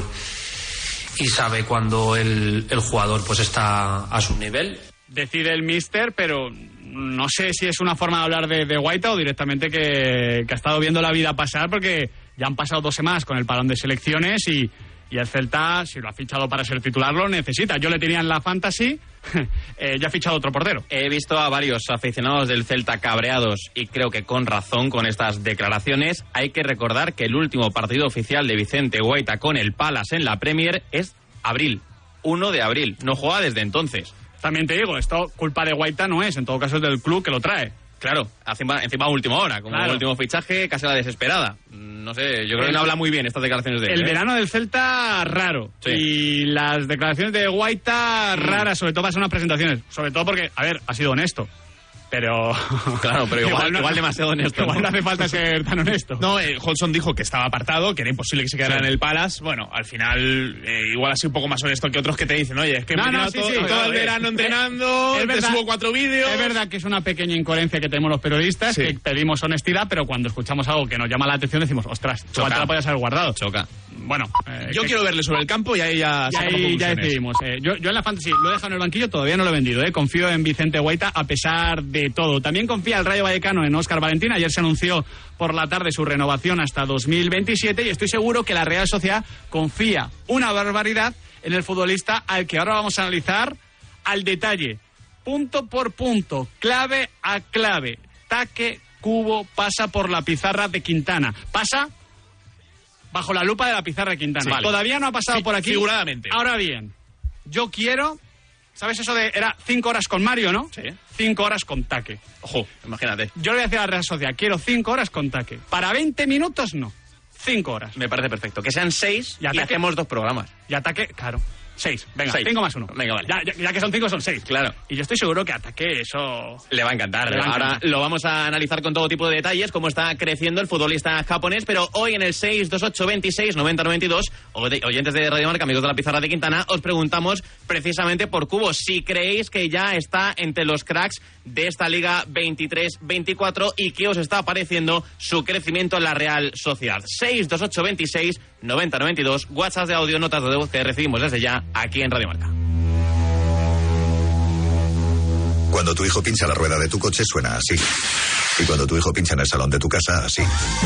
y sabe cuando el, el jugador pues está a su nivel. Decide el míster, pero no sé si es una forma de hablar de, de Guaita o directamente que, que ha estado viendo la vida pasar, porque ya han pasado dos semanas con el parón de selecciones y, y el Celta, si lo ha fichado para ser titular, lo necesita. Yo le tenía en la fantasy, eh, ya ha fichado otro portero. He visto a varios aficionados del Celta cabreados y creo que con razón con estas declaraciones. Hay que recordar que el último partido oficial de Vicente Guaita con el Palace en la Premier es abril, primero de abril. No juega desde entonces. También te digo, esto culpa de Guaita no es, en todo caso es del club que lo trae. Claro, encima, encima a última hora, como claro. Último fichaje, casi a la desesperada. No sé, yo creo que no habla muy bien estas declaraciones de él. El ¿eh? verano del Celta, raro. Sí. Y las declaraciones de Guaita, mm. raras, sobre todo para hacer unas presentaciones. Sobre todo porque, a ver, ha sido honesto. Pero... Claro, pero igual, igual, no, igual demasiado honesto. Igual ¿no? no hace falta ser tan honesto. No, eh, Hodgson dijo que estaba apartado, que era imposible que se quedara sí. en el Palace. Bueno, al final, eh, igual ha sido un poco más honesto que otros que te dicen, oye, es que no, me he no, sí, todo, sí, todo claro, el verano es, entrenando, es te verdad, subo cuatro vídeos. Es verdad que es una pequeña incoherencia que tenemos los periodistas, sí. que pedimos honestidad, pero cuando escuchamos algo que nos llama la atención decimos, ostras, igual te la podías haber guardado. Choca. Bueno, eh, yo que... quiero verle sobre el campo y ahí ya y ahí ya decidimos. Eh, yo, yo en la fantasy lo he dejado en el banquillo, todavía no lo he vendido. Eh. Confío en Vicente Guaita a pesar de todo. También confía el Rayo Vallecano en Óscar Valentín. Ayer se anunció por la tarde su renovación hasta dos mil veintisiete y estoy seguro que la Real Sociedad confía una barbaridad en el futbolista al que ahora vamos a analizar al detalle, punto por punto, clave a clave. Taque Cubo pasa por la pizarra de Quintana. Pasa bajo la lupa de la pizarra de Quintana. Sí, vale. Todavía no ha pasado sí, por aquí. Figuradamente. Ahora bien, yo quiero... ¿Sabes eso de... Era cinco horas con Mario, ¿no? Sí. Cinco horas con Taque. Ojo, imagínate. Yo le voy a decir a la Real Sociedad, quiero cinco horas con Taque. Para veinte minutos, no. Cinco horas. Me parece perfecto. Que sean seis y, y hacemos dos programas. Y Ataque, claro. Seis. Venga, seis. Cinco más uno. Venga, vale. Ya, ya, ya que son cinco, son seis. Claro. Y yo estoy seguro que Ataque eso... Le va a encantar. Le va a Ahora encantar. lo vamos a analizar con todo tipo de detalles, cómo está creciendo el futbolista japonés, pero hoy en el seis dos ocho veintiséis noventa noventa y dos, oyentes de Radio Marca, amigos de la pizarra de Quintana, os preguntamos precisamente por Cubo, si creéis que ya está entre los cracks de esta Liga veintitrés veinticuatro y qué os está pareciendo su crecimiento en la Real Sociedad. seis dos ocho veintiséis noventa noventa y dos, WhatsApp de audio, notas de voz que recibimos desde ya aquí en Radio Marca. Cuando tu hijo pincha la rueda de tu coche suena así. Y cuando tu hijo pincha en el salón de tu casa, así.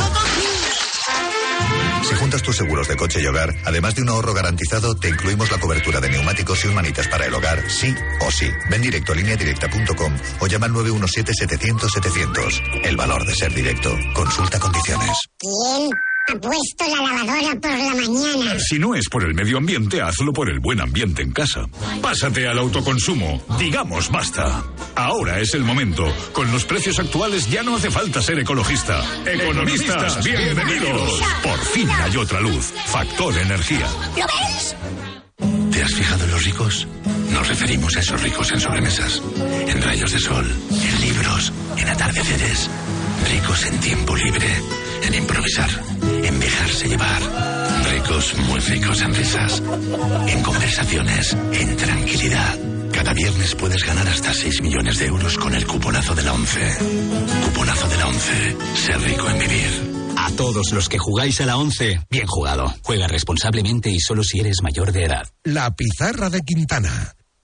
Si juntas tus seguros de coche y hogar, además de un ahorro garantizado, te incluimos la cobertura de neumáticos y un manitas para el hogar, sí o sí. Ven directo a línea directa punto com o llama al nueve uno siete setecientos setecientos. El valor de ser directo. Consulta condiciones. ¿Quién ha puesto la lavadora por la mañana? Si no es por el medio ambiente, hazlo por el buen ambiente en casa. Pásate al autoconsumo. Digamos basta. Ahora es el momento. Con los precios actuales ya no hace falta ser ecologista. Economistas, bienvenidos. Por fin hay otra luz. Factor Energía. ¿Lo ves? ¿Te has fijado en los ricos? Nos referimos a esos ricos en sobremesas, en rayos de sol, en libros, en atardeceres. Ricos en tiempo libre, en improvisar, en dejarse llevar. Ricos, muy ricos en risas, en conversaciones, en tranquilidad. Cada viernes puedes ganar hasta seis millones de euros con el cuponazo de la ONCE. Cuponazo de la ONCE. Ser rico en vivir. A todos los que jugáis a la ONCE, bien jugado. Juega responsablemente y solo si eres mayor de edad. La pizarra de Quintana.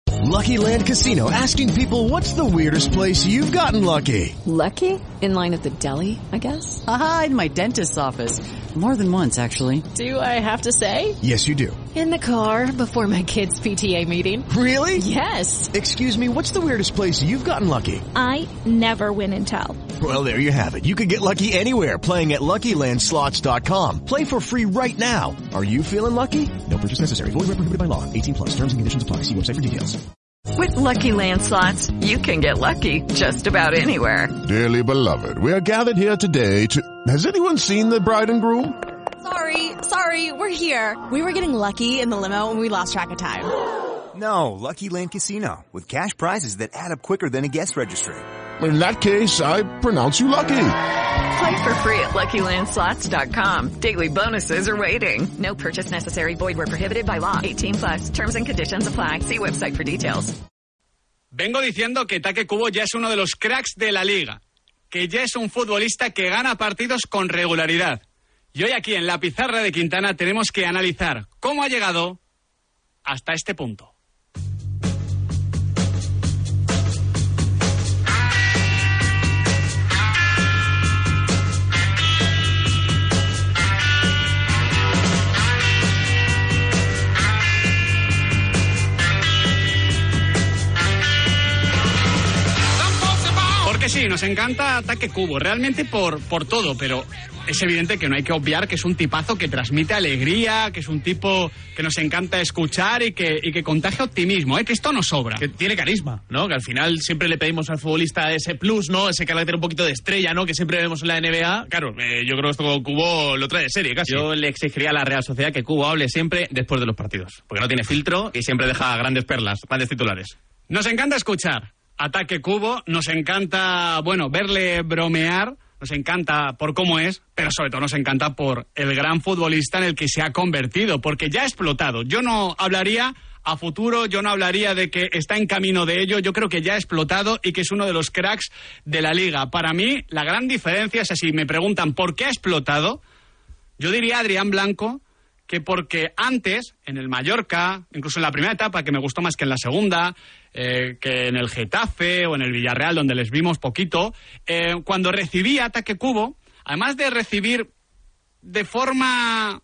Lucky Land Casino, asking people, what's the weirdest place you've gotten lucky? Lucky? In line at the deli, I guess? Aha, in my dentist's office. More than once, actually. Do I have to say? Yes, you do. In the car, before my kids' P T A meeting. Really? Yes. Excuse me, what's the weirdest place you've gotten lucky? I never win and tell. Well, there you have it. You can get lucky anywhere, playing at Lucky Land Slots dot com. Play for free right now. Are you feeling lucky? No purchase necessary. Void where prohibited by law. eighteen plus. Terms and conditions apply. See website for details. With Lucky Land Slots, you can get lucky just about anywhere. Dearly beloved, we are gathered here today to... Has anyone seen the bride and groom? Sorry, sorry, we're here. We were getting lucky in the limo and we lost track of time. No, Lucky Land Casino, with cash prizes that add up quicker than a guest registry. In that case, I pronounce you lucky. Play for free at Lucky Land Slots dot com. Daily bonuses are waiting. No purchase necessary. Void where prohibited by law. eighteen plus. Terms and conditions apply. See website for details. Vengo diciendo que Take Kubo ya es uno de los cracks de la liga, que ya es un futbolista que gana partidos con regularidad. Y hoy aquí en la pizarra de Quintana tenemos que analizar cómo ha llegado hasta este punto. Sí, nos encanta Take Kubo, realmente por, por todo, pero es evidente que no hay que obviar que es un tipazo que transmite alegría, que es un tipo que nos encanta escuchar y que, y que contagia optimismo, ¿eh? Que esto no sobra. Que tiene carisma, ¿no? Que al final siempre le pedimos al futbolista ese plus, ¿no? Ese carácter un poquito de estrella, ¿no? Que siempre vemos en la N B A. Claro, eh, yo creo que esto con Kubo lo trae de serie, casi. Yo le exigiría a la Real Sociedad que Kubo hable siempre después de los partidos, porque no tiene filtro y siempre deja grandes perlas, grandes titulares. Nos encanta escuchar a Take Kubo, nos encanta, bueno, verle bromear, nos encanta por cómo es, pero sobre todo nos encanta por el gran futbolista en el que se ha convertido, porque ya ha explotado. Yo no hablaría a futuro, yo no hablaría de que está en camino de ello, yo creo que ya ha explotado y que es uno de los cracks de la liga. Para mí, la gran diferencia es, si me preguntan por qué ha explotado, yo diría a Adrián Blanco, que porque antes, en el Mallorca, incluso en la primera etapa, que me gustó más que en la segunda, eh, que en el Getafe o en el Villarreal, donde les vimos poquito, eh, cuando recibía Take Kubo, además de recibir de forma,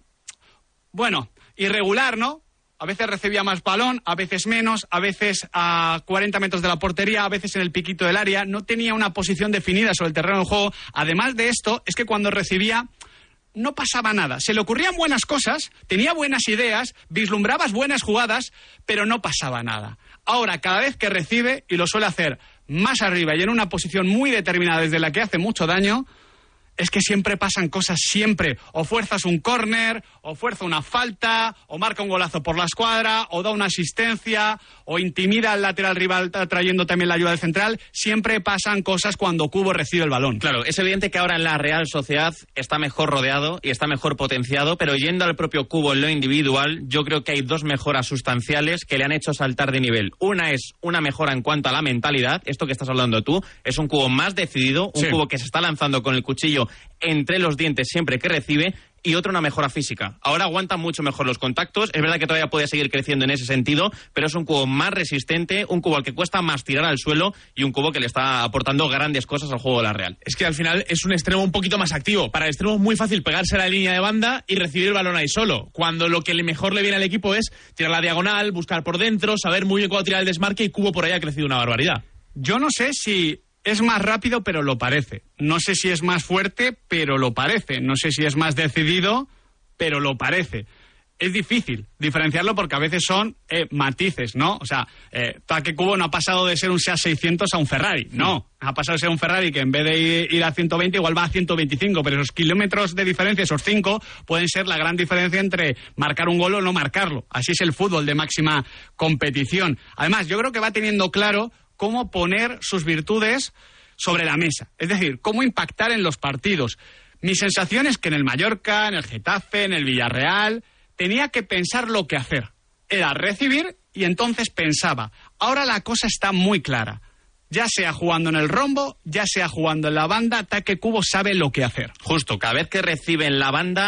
bueno, irregular, ¿no? A veces recibía más balón, a veces menos, a veces a cuarenta metros de la portería, a veces en el piquito del área, no tenía una posición definida sobre el terreno de juego. Además de esto, es que cuando recibía no pasaba nada. Se le ocurrían buenas cosas, tenía buenas ideas, vislumbrabas buenas jugadas, pero no pasaba nada. Ahora, cada vez que recibe, y lo suele hacer más arriba y en una posición muy determinada desde la que hace mucho daño, es que siempre pasan cosas, siempre. O fuerzas un córner, o fuerza una falta, o marca un golazo por la escuadra, o da una asistencia, o intimida al lateral rival trayendo también la ayuda del central. Siempre pasan cosas cuando Kubo recibe el balón. Claro, es evidente que ahora en la Real Sociedad está mejor rodeado y está mejor potenciado, pero yendo al propio Kubo en lo individual, yo creo que hay dos mejoras sustanciales que le han hecho saltar de nivel. Una es una mejora en cuanto a la mentalidad, esto que estás hablando tú, es un Kubo más decidido, un sí. Kubo que se está lanzando con el cuchillo entre los dientes siempre que recibe, y otra una mejora física. Ahora aguanta mucho mejor los contactos, es verdad que todavía puede seguir creciendo en ese sentido, pero es un cubo más resistente, un cubo al que cuesta más tirar al suelo y un cubo que le está aportando grandes cosas al juego de la Real. Es que al final es un extremo un poquito más activo. Para el extremo es muy fácil pegarse a la línea de banda y recibir el balón ahí solo, cuando lo que mejor le viene al equipo es tirar la diagonal, buscar por dentro, saber muy bien cuándo tirar el desmarque, y Kubo por ahí ha crecido una barbaridad. Yo no sé si es más rápido, pero lo parece. No sé si es más fuerte, pero lo parece. No sé si es más decidido, pero lo parece. Es difícil diferenciarlo porque a veces son eh, matices, ¿no? O sea, eh, Take Kubo no ha pasado de ser un SEAT seiscientos a un Ferrari, no. Ha pasado de ser un Ferrari que en vez de ir a ciento veinte igual va a ciento veinticinco, pero esos kilómetros de diferencia, esos cinco, pueden ser la gran diferencia entre marcar un gol o no marcarlo. Así es el fútbol de máxima competición. Además, yo creo que va teniendo claro cómo poner sus virtudes sobre la mesa. Es decir, cómo impactar en los partidos. Mi sensación es que en el Mallorca, en el Getafe, en el Villarreal, tenía que pensar lo que hacer. Era recibir y entonces pensaba. Ahora la cosa está muy clara. Ya sea jugando en el rombo, ya sea jugando en la banda, Take Kubo sabe lo que hacer. Justo, cada vez que recibe en la banda,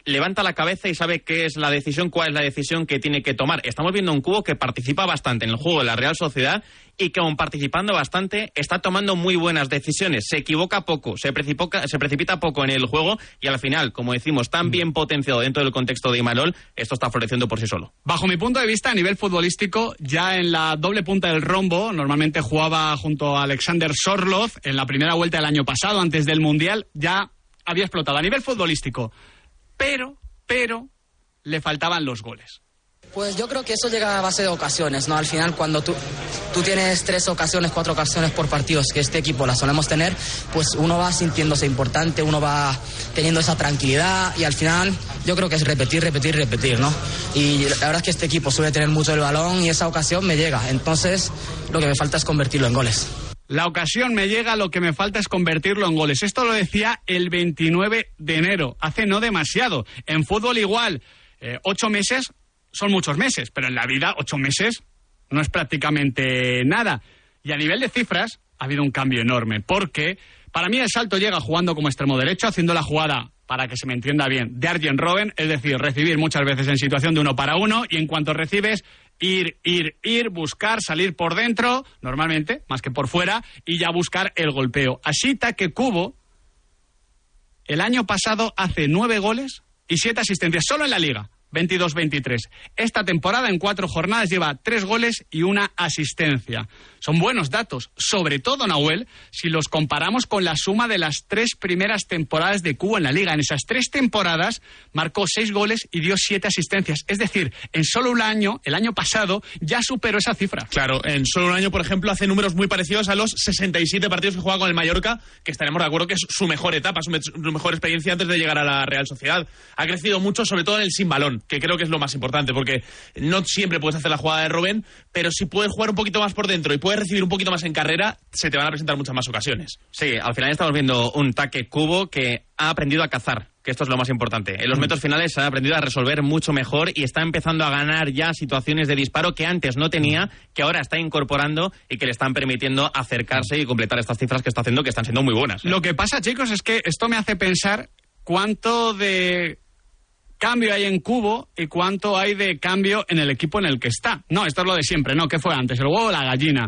levanta la cabeza y sabe qué es la decisión, cuál es la decisión que tiene que tomar. Estamos viendo un Cubo que participa bastante en el juego de la Real Sociedad y que, aun participando bastante, está tomando muy buenas decisiones. Se equivoca poco, se precipita, se precipita poco en el juego y al final, como decimos, tan bien potenciado dentro del contexto de Imanol, esto está floreciendo por sí solo. Bajo mi punto de vista, a nivel futbolístico, ya en la doble punta del rombo, normalmente jugaba junto a Alexander Sorloth en la primera vuelta del año pasado, antes del Mundial, ya había explotado. A nivel futbolístico, Pero, pero, le faltaban los goles. Pues yo creo que eso llega a base de ocasiones, ¿no? Al final, cuando tú, tú tienes tres ocasiones, cuatro ocasiones por partidos, que este equipo las solemos tener, pues uno va sintiéndose importante, uno va teniendo esa tranquilidad y al final yo creo que es repetir, repetir, repetir, ¿no? Y la verdad es que este equipo suele tener mucho el balón y esa ocasión me llega. Entonces, lo que me falta es convertirlo en goles. La ocasión me llega, lo que me falta es convertirlo en goles. Esto lo decía el veintinueve de enero, hace no demasiado. En fútbol igual, eh, ocho meses son muchos meses, pero en la vida ocho meses no es prácticamente nada. Y a nivel de cifras ha habido un cambio enorme, porque para mí el salto llega jugando como extremo derecho, haciendo la jugada, para que se me entienda bien, de Arjen Robben, es decir, recibir muchas veces en situación de uno para uno, y en cuanto recibes, ir, ir, ir, buscar, salir por dentro, normalmente, más que por fuera, y ya buscar el golpeo. Así Take Kubo, el año pasado hace nueve goles y siete asistencias, solo en la Liga, veintidós veintitrés. Esta temporada, en cuatro jornadas, lleva tres goles y una asistencia. Son buenos datos, sobre todo, Nahuel, si los comparamos con la suma de las tres primeras temporadas de Kubo en la Liga. En esas tres temporadas marcó seis goles y dio siete asistencias. Es decir, en solo un año, el año pasado, ya superó esa cifra. Claro, en solo un año, por ejemplo, hace números muy parecidos a los sesenta y siete partidos que juega con el Mallorca, que estaremos de acuerdo que es su mejor etapa, su, me- su mejor experiencia antes de llegar a la Real Sociedad. Ha crecido mucho, sobre todo en el sin balón, que creo que es lo más importante, porque no siempre puedes hacer la jugada de Robben, pero si puedes jugar un poquito más por dentro y puedes recibir un poquito más en carrera, se te van a presentar muchas más ocasiones. Sí, al final estamos viendo un Take Kubo que ha aprendido a cazar, que esto es lo más importante. En los metros finales ha aprendido a resolver mucho mejor y está empezando a ganar ya situaciones de disparo que antes no tenía, que ahora está incorporando y que le están permitiendo acercarse y completar estas cifras que está haciendo, que están siendo muy buenas, ¿eh? Lo que pasa, chicos, es que esto me hace pensar cuánto de cambio hay en Kubo y cuánto hay de cambio en el equipo en el que está. No, esto es lo de siempre, ¿no? ¿Qué fue antes, el huevo o la gallina?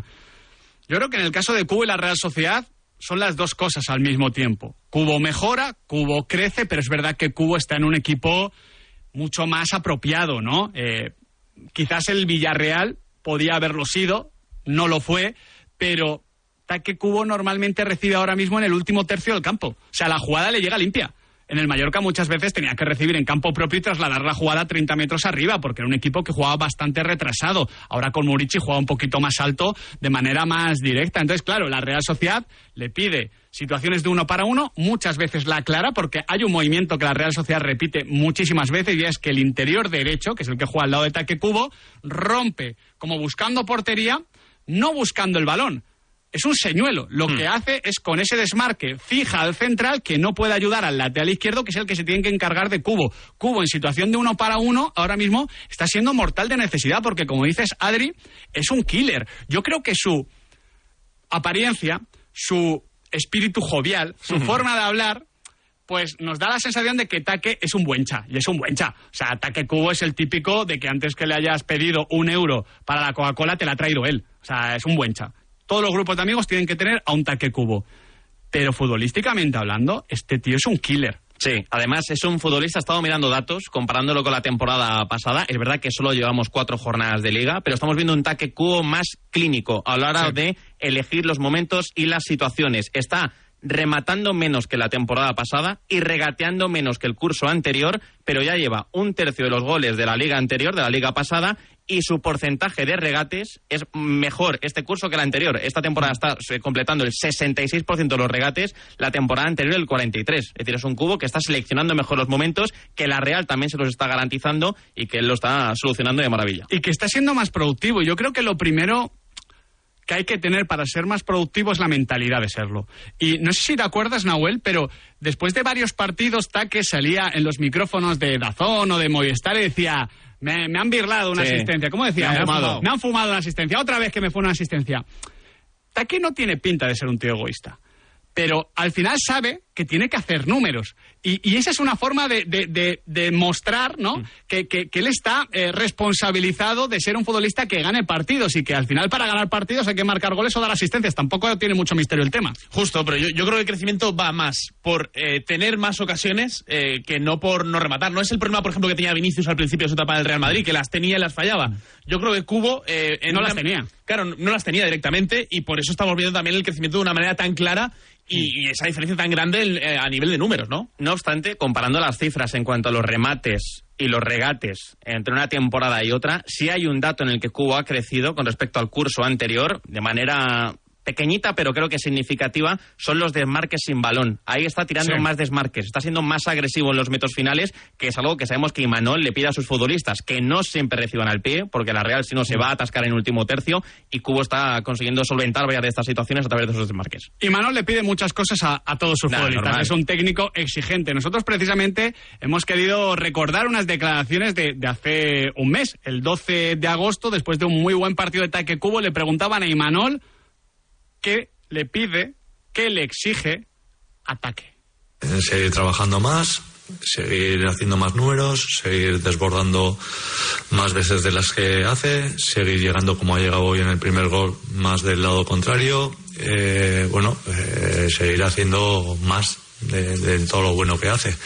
Yo creo que en el caso de Kubo y la Real Sociedad son las dos cosas al mismo tiempo. Kubo mejora, Kubo crece, pero es verdad que Kubo está en un equipo mucho más apropiado, ¿no? Eh, quizás el Villarreal podía haberlo sido, no lo fue, pero Take Kubo normalmente recibe ahora mismo en el último tercio del campo. O sea, la jugada le llega limpia. En el Mallorca muchas veces tenía que recibir en campo propio y trasladar la jugada treinta metros arriba, porque era un equipo que jugaba bastante retrasado. Ahora con Murici juega un poquito más alto, de manera más directa. Entonces, claro, la Real Sociedad le pide situaciones de uno para uno, muchas veces la aclara, porque hay un movimiento que la Real Sociedad repite muchísimas veces, y es que el interior derecho, que es el que juega al lado de Take Kubo, rompe como buscando portería, no buscando el balón. Es un señuelo. Lo mm. que hace es, con ese desmarque, fija al central, que no puede ayudar al lateral izquierdo, que es el que se tiene que encargar de Kubo. Kubo, en situación de uno para uno, ahora mismo está siendo mortal de necesidad, porque, como dices, Adri, es un killer. Yo creo que su apariencia, su espíritu jovial, su mm. forma de hablar, pues nos da la sensación de que Take es un buen cha, y es un buen cha. O sea, Take Kubo es el típico de que antes que le hayas pedido un euro para la Coca-Cola, te la ha traído él. O sea, es un buen cha. Todos los grupos de amigos tienen que tener a un Take Kubo. Pero futbolísticamente hablando, este tío es un killer. Sí, además es un futbolista, he estado mirando datos, comparándolo con la temporada pasada. Es verdad que solo llevamos cuatro jornadas de liga, pero estamos viendo un Take Kubo más clínico a la hora sí. de elegir los momentos y las situaciones. Está rematando menos que la temporada pasada y regateando menos que el curso anterior, pero ya lleva un tercio de los goles de la liga anterior, de la liga pasada, y su porcentaje de regates es mejor este curso que el anterior. Esta temporada está completando el sesenta y seis por ciento de los regates, la temporada anterior el cuarenta y tres por ciento. Es decir, es un Kubo que está seleccionando mejor los momentos, que la Real también se los está garantizando y que él lo está solucionando de maravilla. Y que está siendo más productivo. Yo creo que lo primero que hay que tener para ser más productivo es la mentalidad de serlo. Y no sé si te acuerdas, Nahuel, pero después de varios partidos, Take salía en los micrófonos de DAZN o de Movistar y decía: me, me han birlado una sí. asistencia. ¿Cómo decía? Me han, fumado. me han fumado una asistencia. Otra vez que me fue una asistencia. Take no tiene pinta de ser un tío egoísta, pero al final sabe que tiene que hacer números. Y, y esa es una forma de, de, de, de mostrar, ¿no? Mm. que, que, que él está eh, responsabilizado de ser un futbolista que gane partidos y que al final para ganar partidos hay que marcar goles o dar asistencias. Tampoco tiene mucho misterio el tema. Justo, pero yo, yo creo que el crecimiento va más por eh, tener más ocasiones eh, que no por no rematar. No es el problema, por ejemplo, que tenía Vinicius al principio de su etapa del Real Madrid, que las tenía y las fallaba. Yo creo que Cubo... Eh, en no una, las tenía. Claro, no las tenía directamente y por eso estamos viendo también el crecimiento de una manera tan clara y, y esa diferencia tan grande eh, a nivel de números, ¿no? No obstante, comparando las cifras en cuanto a los remates y los regates entre una temporada y otra, sí hay un dato en el que Cubo ha crecido con respecto al curso anterior de manera pequeñita, pero creo que significativa, son los desmarques sin balón. Ahí está tirando sí. más desmarques, está siendo más agresivo en los metros finales, que es algo que sabemos que Imanol le pide a sus futbolistas, que no siempre reciban al pie, porque la Real si no se va a atascar en el último tercio, y Cubo está consiguiendo solventar varias de estas situaciones a través de esos desmarques. Imanol le pide muchas cosas a, a todos sus nah, futbolistas, normal. Es un técnico exigente. Nosotros precisamente hemos querido recordar unas declaraciones de, de hace un mes, el doce de agosto, después de un muy buen partido de Taque Cubo, le preguntaban a Imanol qué le pide, qué le exige ataque. Seguir trabajando más, seguir haciendo más números, seguir desbordando más veces de las que hace, seguir llegando como ha llegado hoy en el primer gol más del lado contrario, eh, bueno, eh, seguir haciendo más de, de todo lo bueno que hace,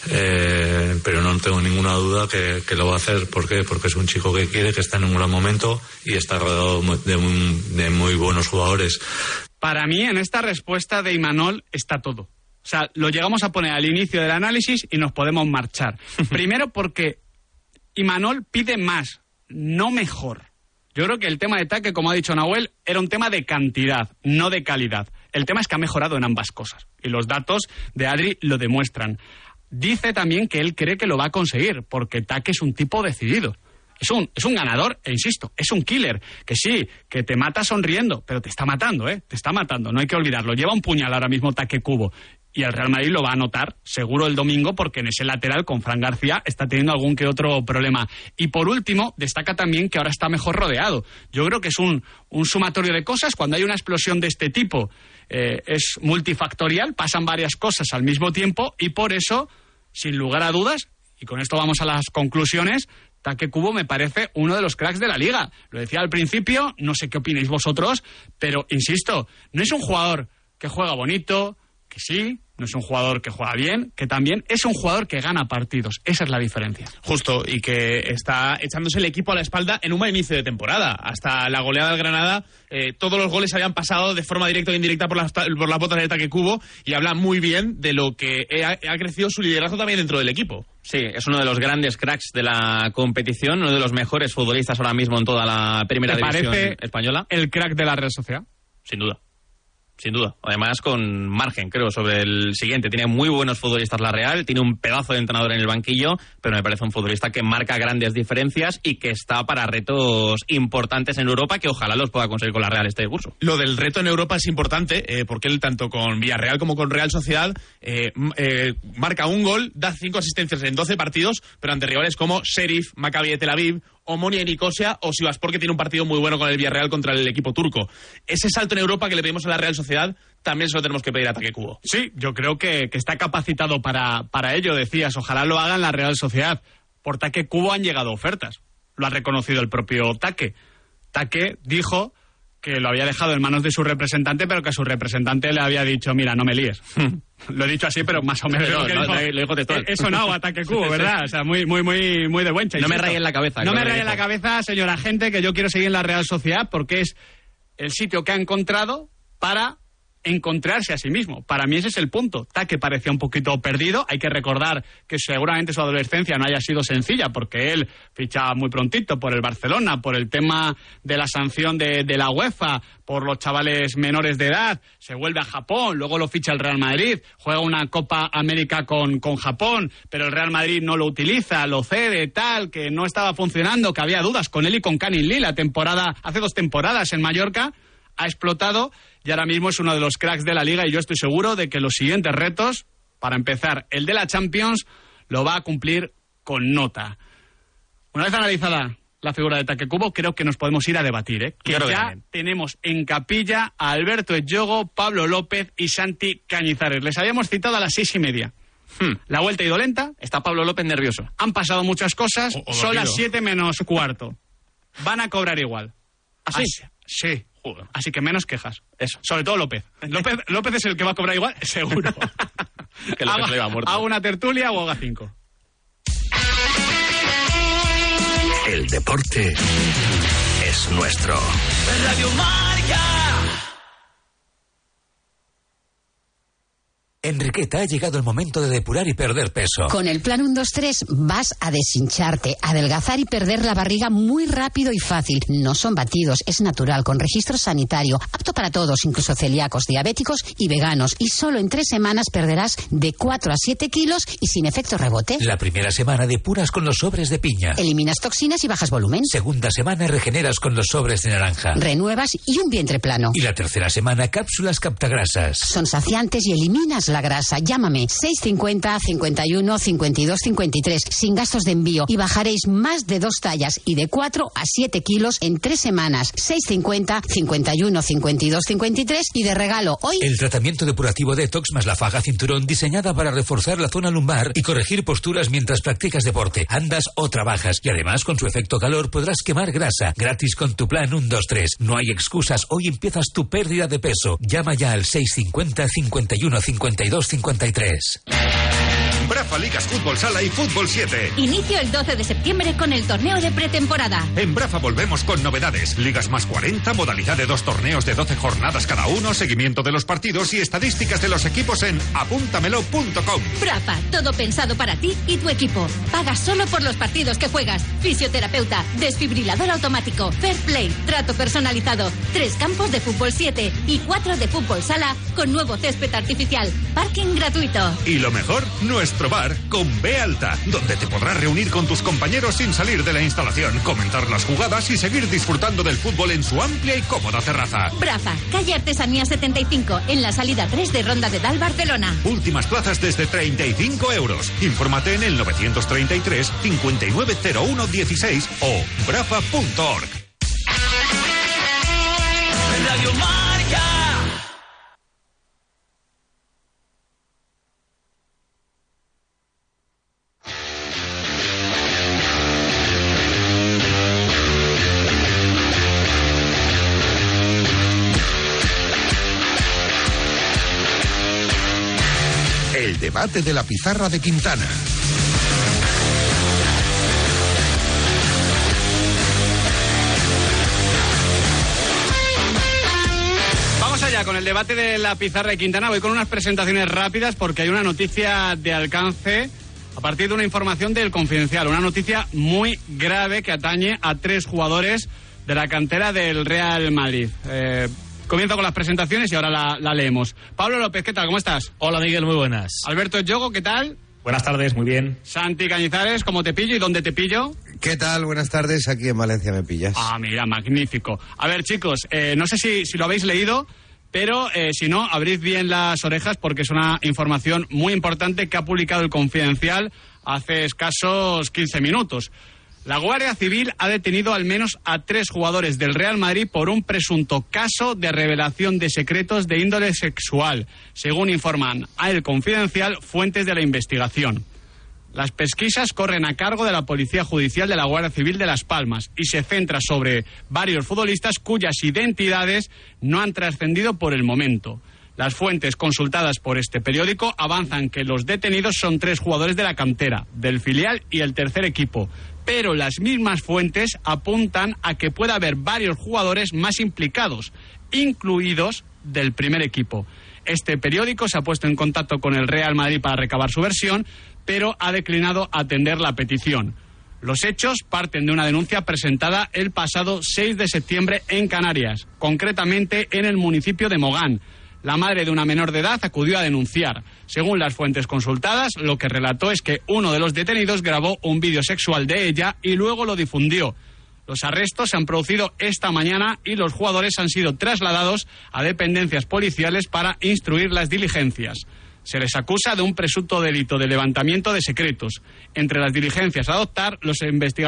eh, pero no tengo ninguna duda que, que lo va a hacer. ¿Por qué? Porque es un chico que quiere, que está en un gran momento y está rodeado de, un, de muy buenos jugadores. Para mí, en esta respuesta de Imanol está todo. O sea, lo llegamos a poner al inicio del análisis y nos podemos marchar. Primero porque Imanol pide más, no mejor. Yo creo que el tema de Taque, como ha dicho Nahuel, era un tema de cantidad, no de calidad. El tema es que ha mejorado en ambas cosas. Y los datos de Adri lo demuestran. Dice también que él cree que lo va a conseguir, porque Taque es un tipo decidido. Es un, es un ganador, e insisto, es un killer. Que sí, que te mata sonriendo, pero te está matando, ¿eh? Te está matando, no hay que olvidarlo. Lleva un puñal ahora mismo Taque Cubo. Y el Real Madrid lo va a notar seguro el domingo, porque en ese lateral con Fran García está teniendo algún que otro problema. Y por último, destaca también que ahora está mejor rodeado. Yo creo que es un, un sumatorio de cosas. Cuando hay una explosión de este tipo, eh, es multifactorial, pasan varias cosas al mismo tiempo y por eso, sin lugar a dudas, y con esto vamos a las conclusiones, Taque Cubo me parece uno de los cracks de la Liga. Lo decía al principio, no sé qué opináis vosotros, pero insisto, no es un jugador que juega bonito, que sí, no es un jugador que juega bien, que también es un jugador que gana partidos. Esa es la diferencia. Justo, y que está echándose el equipo a la espalda en un buen inicio de temporada. Hasta la goleada del Granada, eh, todos los goles habían pasado de forma directa o indirecta por las, por las botas de Taque Cubo, y habla muy bien de lo que ha, ha crecido su liderazgo también dentro del equipo. Sí, es uno de los grandes cracks de la competición, uno de los mejores futbolistas ahora mismo en toda la primera división española. ¿El crack de la Real Sociedad? Sin duda. Sin duda. Además, con margen, creo, sobre el siguiente. Tiene muy buenos futbolistas la Real, tiene un pedazo de entrenador en el banquillo, pero me parece un futbolista que marca grandes diferencias y que está para retos importantes en Europa, que ojalá los pueda conseguir con la Real este curso. Lo del reto en Europa es importante, eh, porque él, tanto con Villarreal como con Real Sociedad, eh, eh, marca un gol, da cinco asistencias en doce partidos, pero ante rivales como Sheriff, Maccabi de Tel Aviv, Omonia y Nicosia, o Sivasspor, que tiene un partido muy bueno con el Villarreal contra el equipo turco. Ese salto en Europa que le pedimos a la Real Sociedad también se lo tenemos que pedir a Taque Cubo. Sí, yo creo que, que está capacitado para, para ello, decías. Ojalá lo haga en la Real Sociedad. Por Taque Cubo han llegado ofertas. Lo ha reconocido el propio Taque. Taque dijo que lo había dejado en manos de su representante, pero que su representante le había dicho, mira, no me líes. Lo he dicho así, pero más o menos. No, no, no, le dijo textual. Eso no, Taque Cubo, ¿verdad? O sea, muy, muy, muy, muy de buen chiste. No me rayen la cabeza. No me rayen la cabeza, señora gente, que yo quiero seguir en la Real Sociedad porque es el sitio que ha encontrado para encontrarse a sí mismo. Para mí ese es el punto. Taque parecía un poquito perdido. Hay que recordar que seguramente su adolescencia no haya sido sencilla, porque él ficha muy prontito por el Barcelona, por el tema de la sanción de, de la UEFA, por los chavales menores de edad. Se vuelve a Japón, luego lo ficha el Real Madrid, juega una Copa América con, con Japón, pero el Real Madrid no lo utiliza, lo cede, tal, que no estaba funcionando, que había dudas con él y con Canin Lee la temporada, hace dos temporadas en Mallorca. Ha explotado y ahora mismo es uno de los cracks de la Liga, y yo estoy seguro de que los siguientes retos, para empezar, el de la Champions, lo va a cumplir con nota. Una vez analizada la figura de Takekubo, creo que nos podemos ir a debatir, ¿eh? Que ya que tenemos en capilla a Alberto Ejogo, Pablo López y Santi Cañizares. Les habíamos citado a las seis y media. Hmm. La vuelta ha ido lenta. Está Pablo López nervioso. Han pasado muchas cosas. O, o son las siete menos cuarto. Van a cobrar igual. ¿Así? Así sí. Joder. Así que menos quejas. Eso. Sobre todo López. López. López es el que va a cobrar igual, seguro. Que López haga, le va muerto. Haga una tertulia o haga cinco. El deporte es nuestro. Radio Marca. Enriqueta, ha llegado el momento de depurar y perder peso. Con el plan uno dos tres vas a deshincharte, adelgazar y perder la barriga muy rápido y fácil. No son batidos, es natural, con registro sanitario, apto para todos, incluso celíacos, diabéticos y veganos. Y solo en tres semanas perderás de cuatro a siete kilos y sin efecto rebote. La primera semana depuras con los sobres de piña. Eliminas toxinas y bajas volumen. Segunda semana regeneras con los sobres de naranja. Renuevas y un vientre plano. Y la tercera semana cápsulas captagrasas. Son saciantes y eliminas la grasa. Llámame seis cincuenta, cincuenta y uno, cincuenta y dos, cincuenta y tres sin gastos de envío y bajaréis más de dos tallas y de cuatro a siete kilos en tres semanas. seis cincuenta, cincuenta y uno, cincuenta y dos, cincuenta y tres y de regalo hoy el tratamiento depurativo Detox más la faja cinturón, diseñada para reforzar la zona lumbar y corregir posturas mientras practicas deporte, andas o trabajas, y además con su efecto calor podrás quemar grasa. Gratis con tu plan uno dos tres. No hay excusas, hoy empiezas tu pérdida de peso. Llama ya al seis cincuenta, cincuenta y uno, cincuenta y dos, cincuenta y tres. Brafa Ligas Fútbol Sala y Fútbol siete. Inicio el doce de septiembre con el torneo de pretemporada. En Brafa volvemos con novedades. Ligas más cuarenta, modalidad de dos torneos de doce jornadas cada uno, seguimiento de los partidos y estadísticas de los equipos en apúntamelo punto com. Brafa, todo pensado para ti y tu equipo. Pagas solo por los partidos que juegas. Fisioterapeuta, desfibrilador automático, fair play, trato personalizado, tres campos de fútbol siete y cuatro de fútbol sala con nuevo césped artificial, parking gratuito. Y lo mejor, nuestro bar con B Alta, donde te podrás reunir con tus compañeros sin salir de la instalación, comentar las jugadas y seguir disfrutando del fútbol en su amplia y cómoda terraza. Brafa, calle Artesanía setenta y cinco, en la salida tres de Ronda de Dal, Barcelona. Últimas plazas desde treinta y cinco euros. Infórmate en el novecientos treinta y tres, cincuenta y nueve cero uno dieciséis o brafa punto org. Radio Marca. El debate de la pizarra de Quintana. Vamos allá con el debate de la pizarra de Quintana. Voy con unas presentaciones rápidas porque hay una noticia de alcance a partir de una información del Confidencial. Una noticia muy grave que atañe a tres jugadores de la cantera del Real Madrid. Eh... Comienzo con las presentaciones y ahora la, la leemos. Pablo López, ¿qué tal? ¿Cómo estás? Hola, Miguel, muy buenas. Alberto Ejogo, ¿qué tal? Buenas tardes, muy bien. Santi Cañizares, ¿cómo te pillo y dónde te pillo? ¿Qué tal? Buenas tardes, aquí en Valencia me pillas. Ah, mira, magnífico. A ver, chicos, eh, no sé si, si lo habéis leído, pero eh, si no, abrid bien las orejas porque es una información muy importante que ha publicado el Confidencial hace escasos quince minutos. La Guardia Civil ha detenido al menos a tres jugadores del Real Madrid por un presunto caso de revelación de secretos de índole sexual, según informan a El Confidencial fuentes de la investigación. Las pesquisas corren a cargo de la Policía Judicial de la Guardia Civil de Las Palmas y se centra sobre varios futbolistas cuyas identidades no han trascendido por el momento. Las fuentes consultadas por este periódico avanzan que los detenidos son tres jugadores de la cantera, del filial y el tercer equipo, pero las mismas fuentes apuntan a que puede haber varios jugadores más implicados, incluidos del primer equipo. Este periódico se ha puesto en contacto con el Real Madrid para recabar su versión, pero ha declinado atender la petición. Los hechos parten de una denuncia presentada el pasado seis de septiembre en Canarias, concretamente en el municipio de Mogán. La madre de una menor de edad acudió a denunciar. Según las fuentes consultadas, lo que relató es que uno de los detenidos grabó un vídeo sexual de ella y luego lo difundió. Los arrestos se han producido esta mañana y los jugadores han sido trasladados a dependencias policiales para instruir las diligencias. Se les acusa de un presunto delito de levantamiento de secretos. Entre las diligencias a adoptar, los investigadores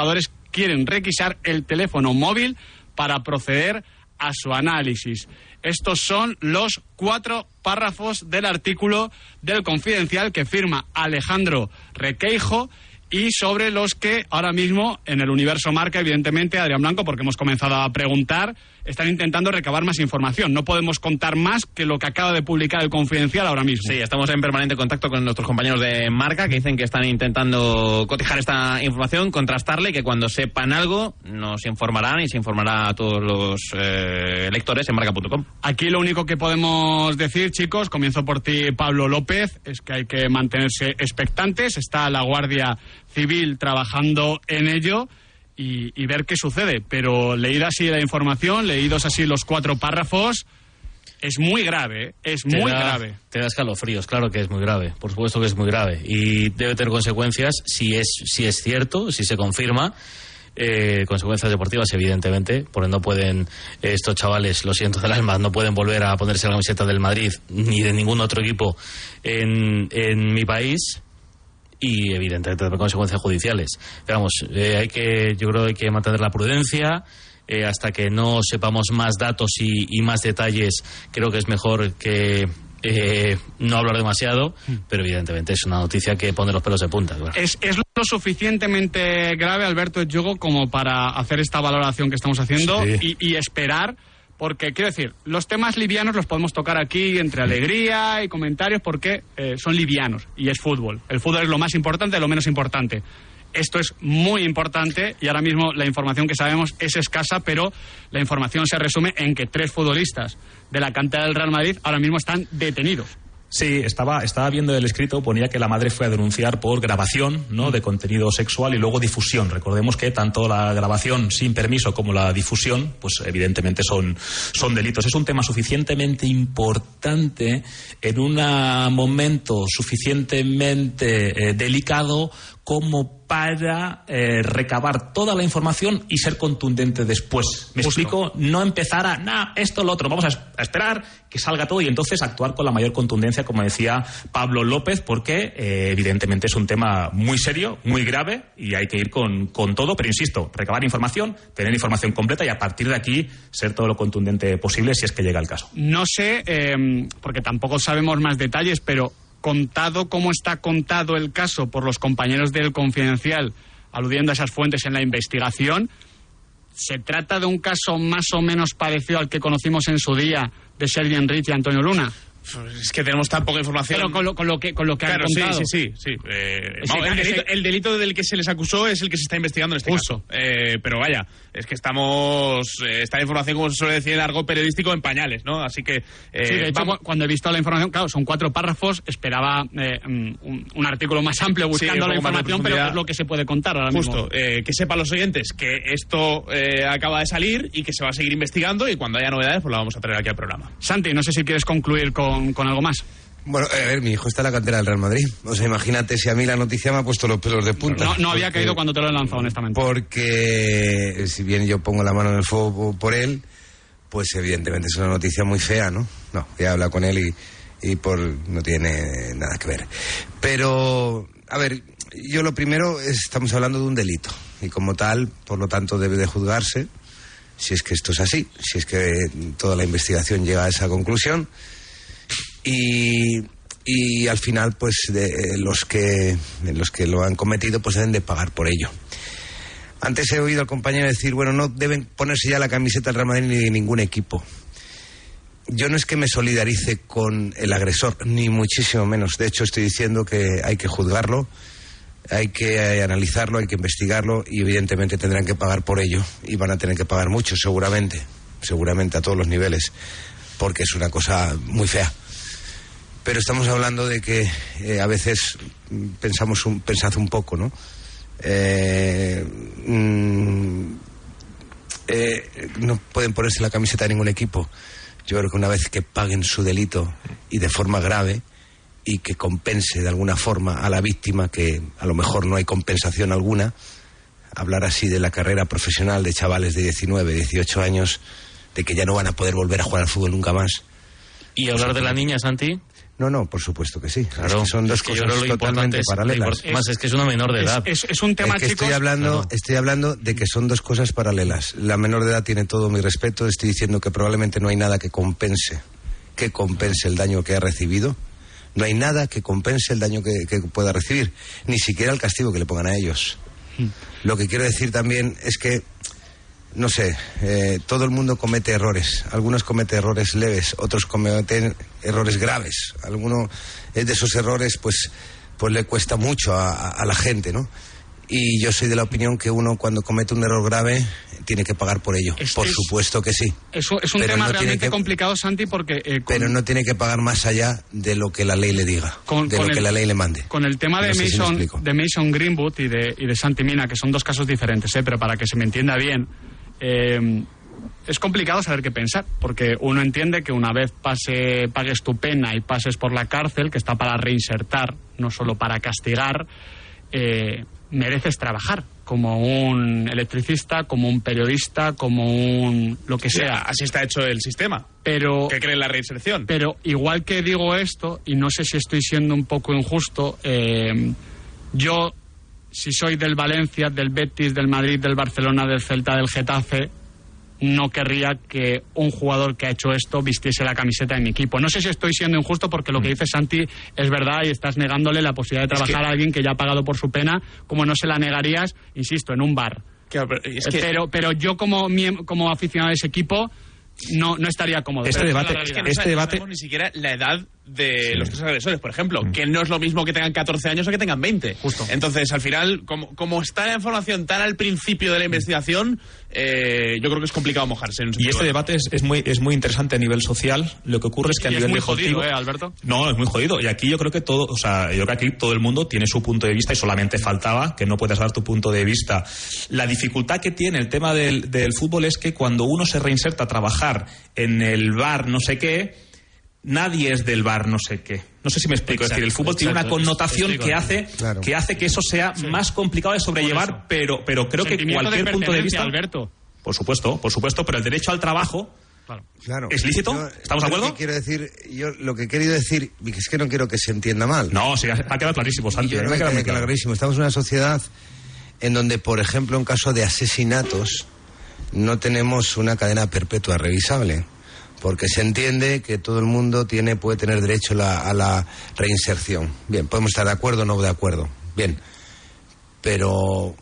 quieren requisar el teléfono móvil para proceder a su análisis. Estos son los cuatro párrafos del artículo del Confidencial que firma Alejandro Requeijo y sobre los que ahora mismo en el Universo Marca, evidentemente, Adrián Blanco, porque hemos comenzado a preguntar, están intentando recabar más información. No podemos contar más que lo que acaba de publicar el Confidencial ahora mismo. Sí, estamos en permanente contacto con nuestros compañeros de Marca que dicen que están intentando cotejar esta información, contrastarla y que cuando sepan algo nos informarán y se informará a todos los eh, lectores en marca punto com. Aquí lo único que podemos decir, chicos, comienzo por ti, Pablo López, es que hay que mantenerse expectantes. Está la Guardia Civil trabajando en ello y, y ver qué sucede. Pero leída así la información, leídos así los cuatro párrafos, es muy grave, ¿eh? es Te muy da, grave. Te da escalofríos, claro que es muy grave, por supuesto que es muy grave. Y debe tener consecuencias si es, si es cierto, si se confirma. Eh, consecuencias deportivas, evidentemente, porque no pueden, eh, estos chavales, lo siento del alma, no pueden volver a ponerse la camiseta del Madrid ni de ningún otro equipo en, en mi país. Y evidentemente de consecuencias judiciales. Pero vamos, eh, hay que, yo creo que hay que mantener la prudencia eh, hasta que no sepamos más datos y, y más detalles. Creo que es mejor que eh, no hablar demasiado, pero evidentemente es una noticia que pone los pelos de punta. Claro. Es, es lo suficientemente grave, Alberto Yogo, como para hacer esta valoración que estamos haciendo sí. y, y esperar. Porque, quiero decir, los temas livianos los podemos tocar aquí entre alegría y comentarios porque eh, son livianos y es fútbol. El fútbol es lo más importante, lo menos importante. Esto es muy importante y ahora mismo la información que sabemos es escasa, pero la información se resume en que tres futbolistas de la cantera del Real Madrid ahora mismo están detenidos. Sí, estaba, estaba viendo el escrito, ponía que la madre fue a denunciar por grabación, ¿no?, de contenido sexual y luego difusión. Recordemos que tanto la grabación sin permiso como la difusión, pues evidentemente son, son delitos. Es un tema suficientemente importante en un momento suficientemente eh, delicado como para eh, recabar toda la información y ser contundente después. ¿Me Justo. explico? No empezar a, nah, esto, lo otro, vamos a, a esperar que salga todo y entonces actuar con la mayor contundencia, como decía Pablo López, porque eh, evidentemente es un tema muy serio, muy grave y hay que ir con, con todo, pero insisto, recabar información, tener información completa y a partir de aquí ser todo lo contundente posible si es que llega el caso. No sé, eh, porque tampoco sabemos más detalles, pero contado como está contado el caso por los compañeros del Confidencial, aludiendo a esas fuentes en la investigación, ¿se trata de un caso más o menos parecido al que conocimos en su día de Sergi Enrich y Antonio Luna? Es que tenemos tan poca información. Pero con lo, con lo que, con lo que claro, han contado. sí, sí, sí. sí. Eh, ese, vamos, el, ese, delito, el delito del que se les acusó es el que se está investigando en este Justo. caso. Eh, pero vaya, es que estamos... Eh, está la información, como se suele decir en algo periodístico, en pañales, ¿no? Así que... Eh, sí, de hecho, vamos... cuando he visto la información, claro, son cuatro párrafos, esperaba eh, un, un artículo más amplio buscando sí, la información, pero es lo que se puede contar ahora Justo, mismo. Justo, eh, que sepan los oyentes que esto eh, acaba de salir y que se va a seguir investigando y cuando haya novedades, pues lo vamos a traer aquí al programa. Santi, no sé si quieres concluir con, con algo más. Bueno, a ver, mi hijo está en la cantera del Real Madrid. O sea, imagínate si a mí la noticia me ha puesto los pelos de punta. No, no había porque, caído cuando te lo he lanzado, honestamente. Porque si bien yo pongo la mano en el fuego por él, pues evidentemente es una noticia muy fea, ¿no? No, voy a hablar con él y, y por no tiene nada que ver. Pero, a ver, yo lo primero, es, estamos hablando de un delito. Y como tal, por lo tanto, debe de juzgarse, si es que esto es así, si es que toda la investigación llega a esa conclusión. Y, y al final pues de los que los que lo han cometido pues deben de pagar por ello. Antes he oído al compañero decir, bueno, no deben ponerse ya la camiseta del Real Madrid ni de ningún equipo. Yo no es que me solidarice con el agresor, ni muchísimo menos. De hecho estoy diciendo que hay que juzgarlo, hay que analizarlo, hay que investigarlo y evidentemente tendrán que pagar por ello y van a tener que pagar mucho seguramente, seguramente a todos los niveles, porque es una cosa muy fea. Pero estamos hablando de que eh, a veces pensamos un, pensad un poco, ¿no? Eh, mm, eh, no pueden ponerse la camiseta de ningún equipo. Yo creo que una vez que paguen su delito y de forma grave y que compense de alguna forma a la víctima, que a lo mejor no hay compensación alguna, hablar así de la carrera profesional de chavales de diecinueve, dieciocho años, de que ya no van a poder volver a jugar al fútbol nunca más. ¿Y hablar de la niña, Santi? No, no, por supuesto que sí. Claro, es que son dos es que cosas totalmente es, paralelas. Más es que es una menor de edad. Es, es, es un tema, es que chicos. Estoy hablando, claro. estoy hablando de que son dos cosas paralelas. La menor de edad tiene todo mi respeto. Estoy diciendo que probablemente no hay nada que compense, que compense el daño que ha recibido. No hay nada que compense el daño que, que pueda recibir. Ni siquiera el castigo que le pongan a ellos. Hmm. Lo que quiero decir también es que no sé, eh, todo el mundo comete errores. Algunos cometen errores leves, otros cometen errores graves. Alguno de esos errores, pues, pues le cuesta mucho a, a, a la gente, ¿no? Y yo soy de la opinión que uno, cuando comete un error grave, tiene que pagar por ello. Este por es, supuesto que sí. Eso es un pero tema no realmente que, complicado, Santi, porque... Eh, con, pero no tiene que pagar más allá de lo que la ley le diga, con, de con lo el, que la ley le mande. Con el tema no de, sé Mason, si de Mason Greenwood y de, y de Santi Mina, que son dos casos diferentes, ¿eh? Pero para que se me entienda bien... Eh, es complicado saber qué pensar, porque uno entiende que una vez pase, pagues tu pena y pases por la cárcel, que está para reinsertar, no solo para castigar, eh, mereces trabajar como un electricista, como un periodista, como un lo que sea. Sí, así está hecho el sistema. Pero ¿qué cree en la reinserción? Pero igual que digo esto, y no sé si estoy siendo un poco injusto, eh, yo, si soy del Valencia, del Betis, del Madrid, del Barcelona, del Celta, del Getafe, no querría que un jugador que ha hecho esto vistiese la camiseta de mi equipo. No sé si estoy siendo injusto, porque lo que dice Santi es verdad y estás negándole la posibilidad de trabajar es que... a alguien que ya ha pagado por su pena, como no se la negarías, insisto, en un bar. Claro, pero, es que... pero, pero yo como, como aficionado de ese equipo no, no estaría cómodo. Este pero debate, es que no, este debate... no sabemos ni siquiera la edad de sí. los tres agresores, por ejemplo, mm. que no es lo mismo que tengan catorce años o que tengan veinte. Justo. Entonces, al final, como, como está la información tan al principio de la investigación, eh, yo creo que es complicado mojarse. En y este debate es, es, muy, es muy interesante a nivel social. Lo que ocurre es que a y nivel es muy deportivo... jodido, ¿eh, Alberto? No, es muy jodido. Y aquí yo creo que todo, o sea, yo creo que aquí todo el mundo tiene su punto de vista y solamente faltaba que no puedas dar tu punto de vista. La dificultad que tiene el tema del, del fútbol es que cuando uno se reinserta a trabajar en el bar no sé qué, nadie es del bar no sé qué. No sé si me explico. Exacto, es decir, el fútbol exacto, tiene una connotación que hace, claro. que hace que eso sea sí. más complicado de sobrellevar, pero, pero creo que cualquier de punto de vista... Alberto. Por supuesto, por supuesto, pero el derecho al trabajo... Claro. Claro. ¿Es lícito? Yo, ¿Estamos de acuerdo? Lo que quiero decir, yo lo que he querido decir, es que no quiero que se entienda mal. No, sí, ha quedado clarísimo, Santi. Yo me me queda queda claro. clarísimo. Estamos en una sociedad en donde, por ejemplo, en caso de asesinatos, no tenemos una cadena perpetua revisable, porque se entiende que todo el mundo tiene puede tener derecho la, a la reinserción. Bien, podemos estar de acuerdo o no de acuerdo. Bien, pero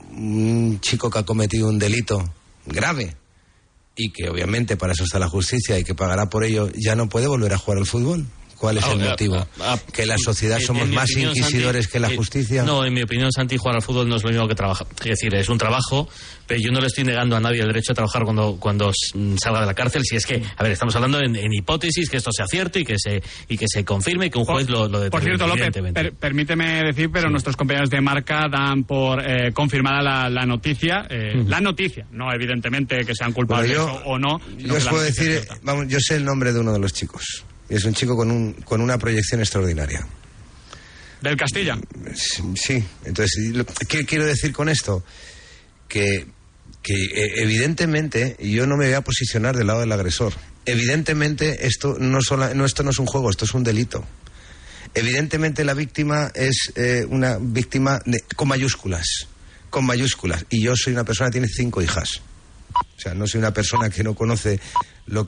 un chico que ha cometido un delito grave y que obviamente para eso está la justicia y que pagará por ello, ya no puede volver a jugar al fútbol. ¿Cuál es ah, el motivo? Ah, ah, ¿Que la sociedad somos más opinión, inquisidores Santi, que la justicia? No, en mi opinión, Santi, jugar al fútbol no es lo mismo que trabajar. Es decir, es un trabajo, pero yo no le estoy negando a nadie el derecho a trabajar cuando, cuando salga de la cárcel. Si es que, a ver, estamos hablando en, en hipótesis, que esto sea cierto y que se y que se confirme y que un juez por, lo, lo determine. Por cierto, López, per, permíteme decir, pero sí. nuestros compañeros de Marca dan por eh, confirmada la, la noticia. Eh, uh-huh. La noticia, no evidentemente que sean culpables bueno, yo, o no. Yo os puedo decir, vamos, yo sé el nombre de uno de los chicos. Es un chico con un con una proyección extraordinaria. ¿Del Castilla? Sí. Entonces, ¿qué quiero decir con esto? Que, que evidentemente yo no me voy a posicionar del lado del agresor. Evidentemente esto no, sola, no, esto no es un juego, esto es un delito. Evidentemente la víctima es eh, una víctima de, con mayúsculas. Con mayúsculas. Y yo soy una persona que tiene cinco hijas. O sea, no soy una persona que no conoce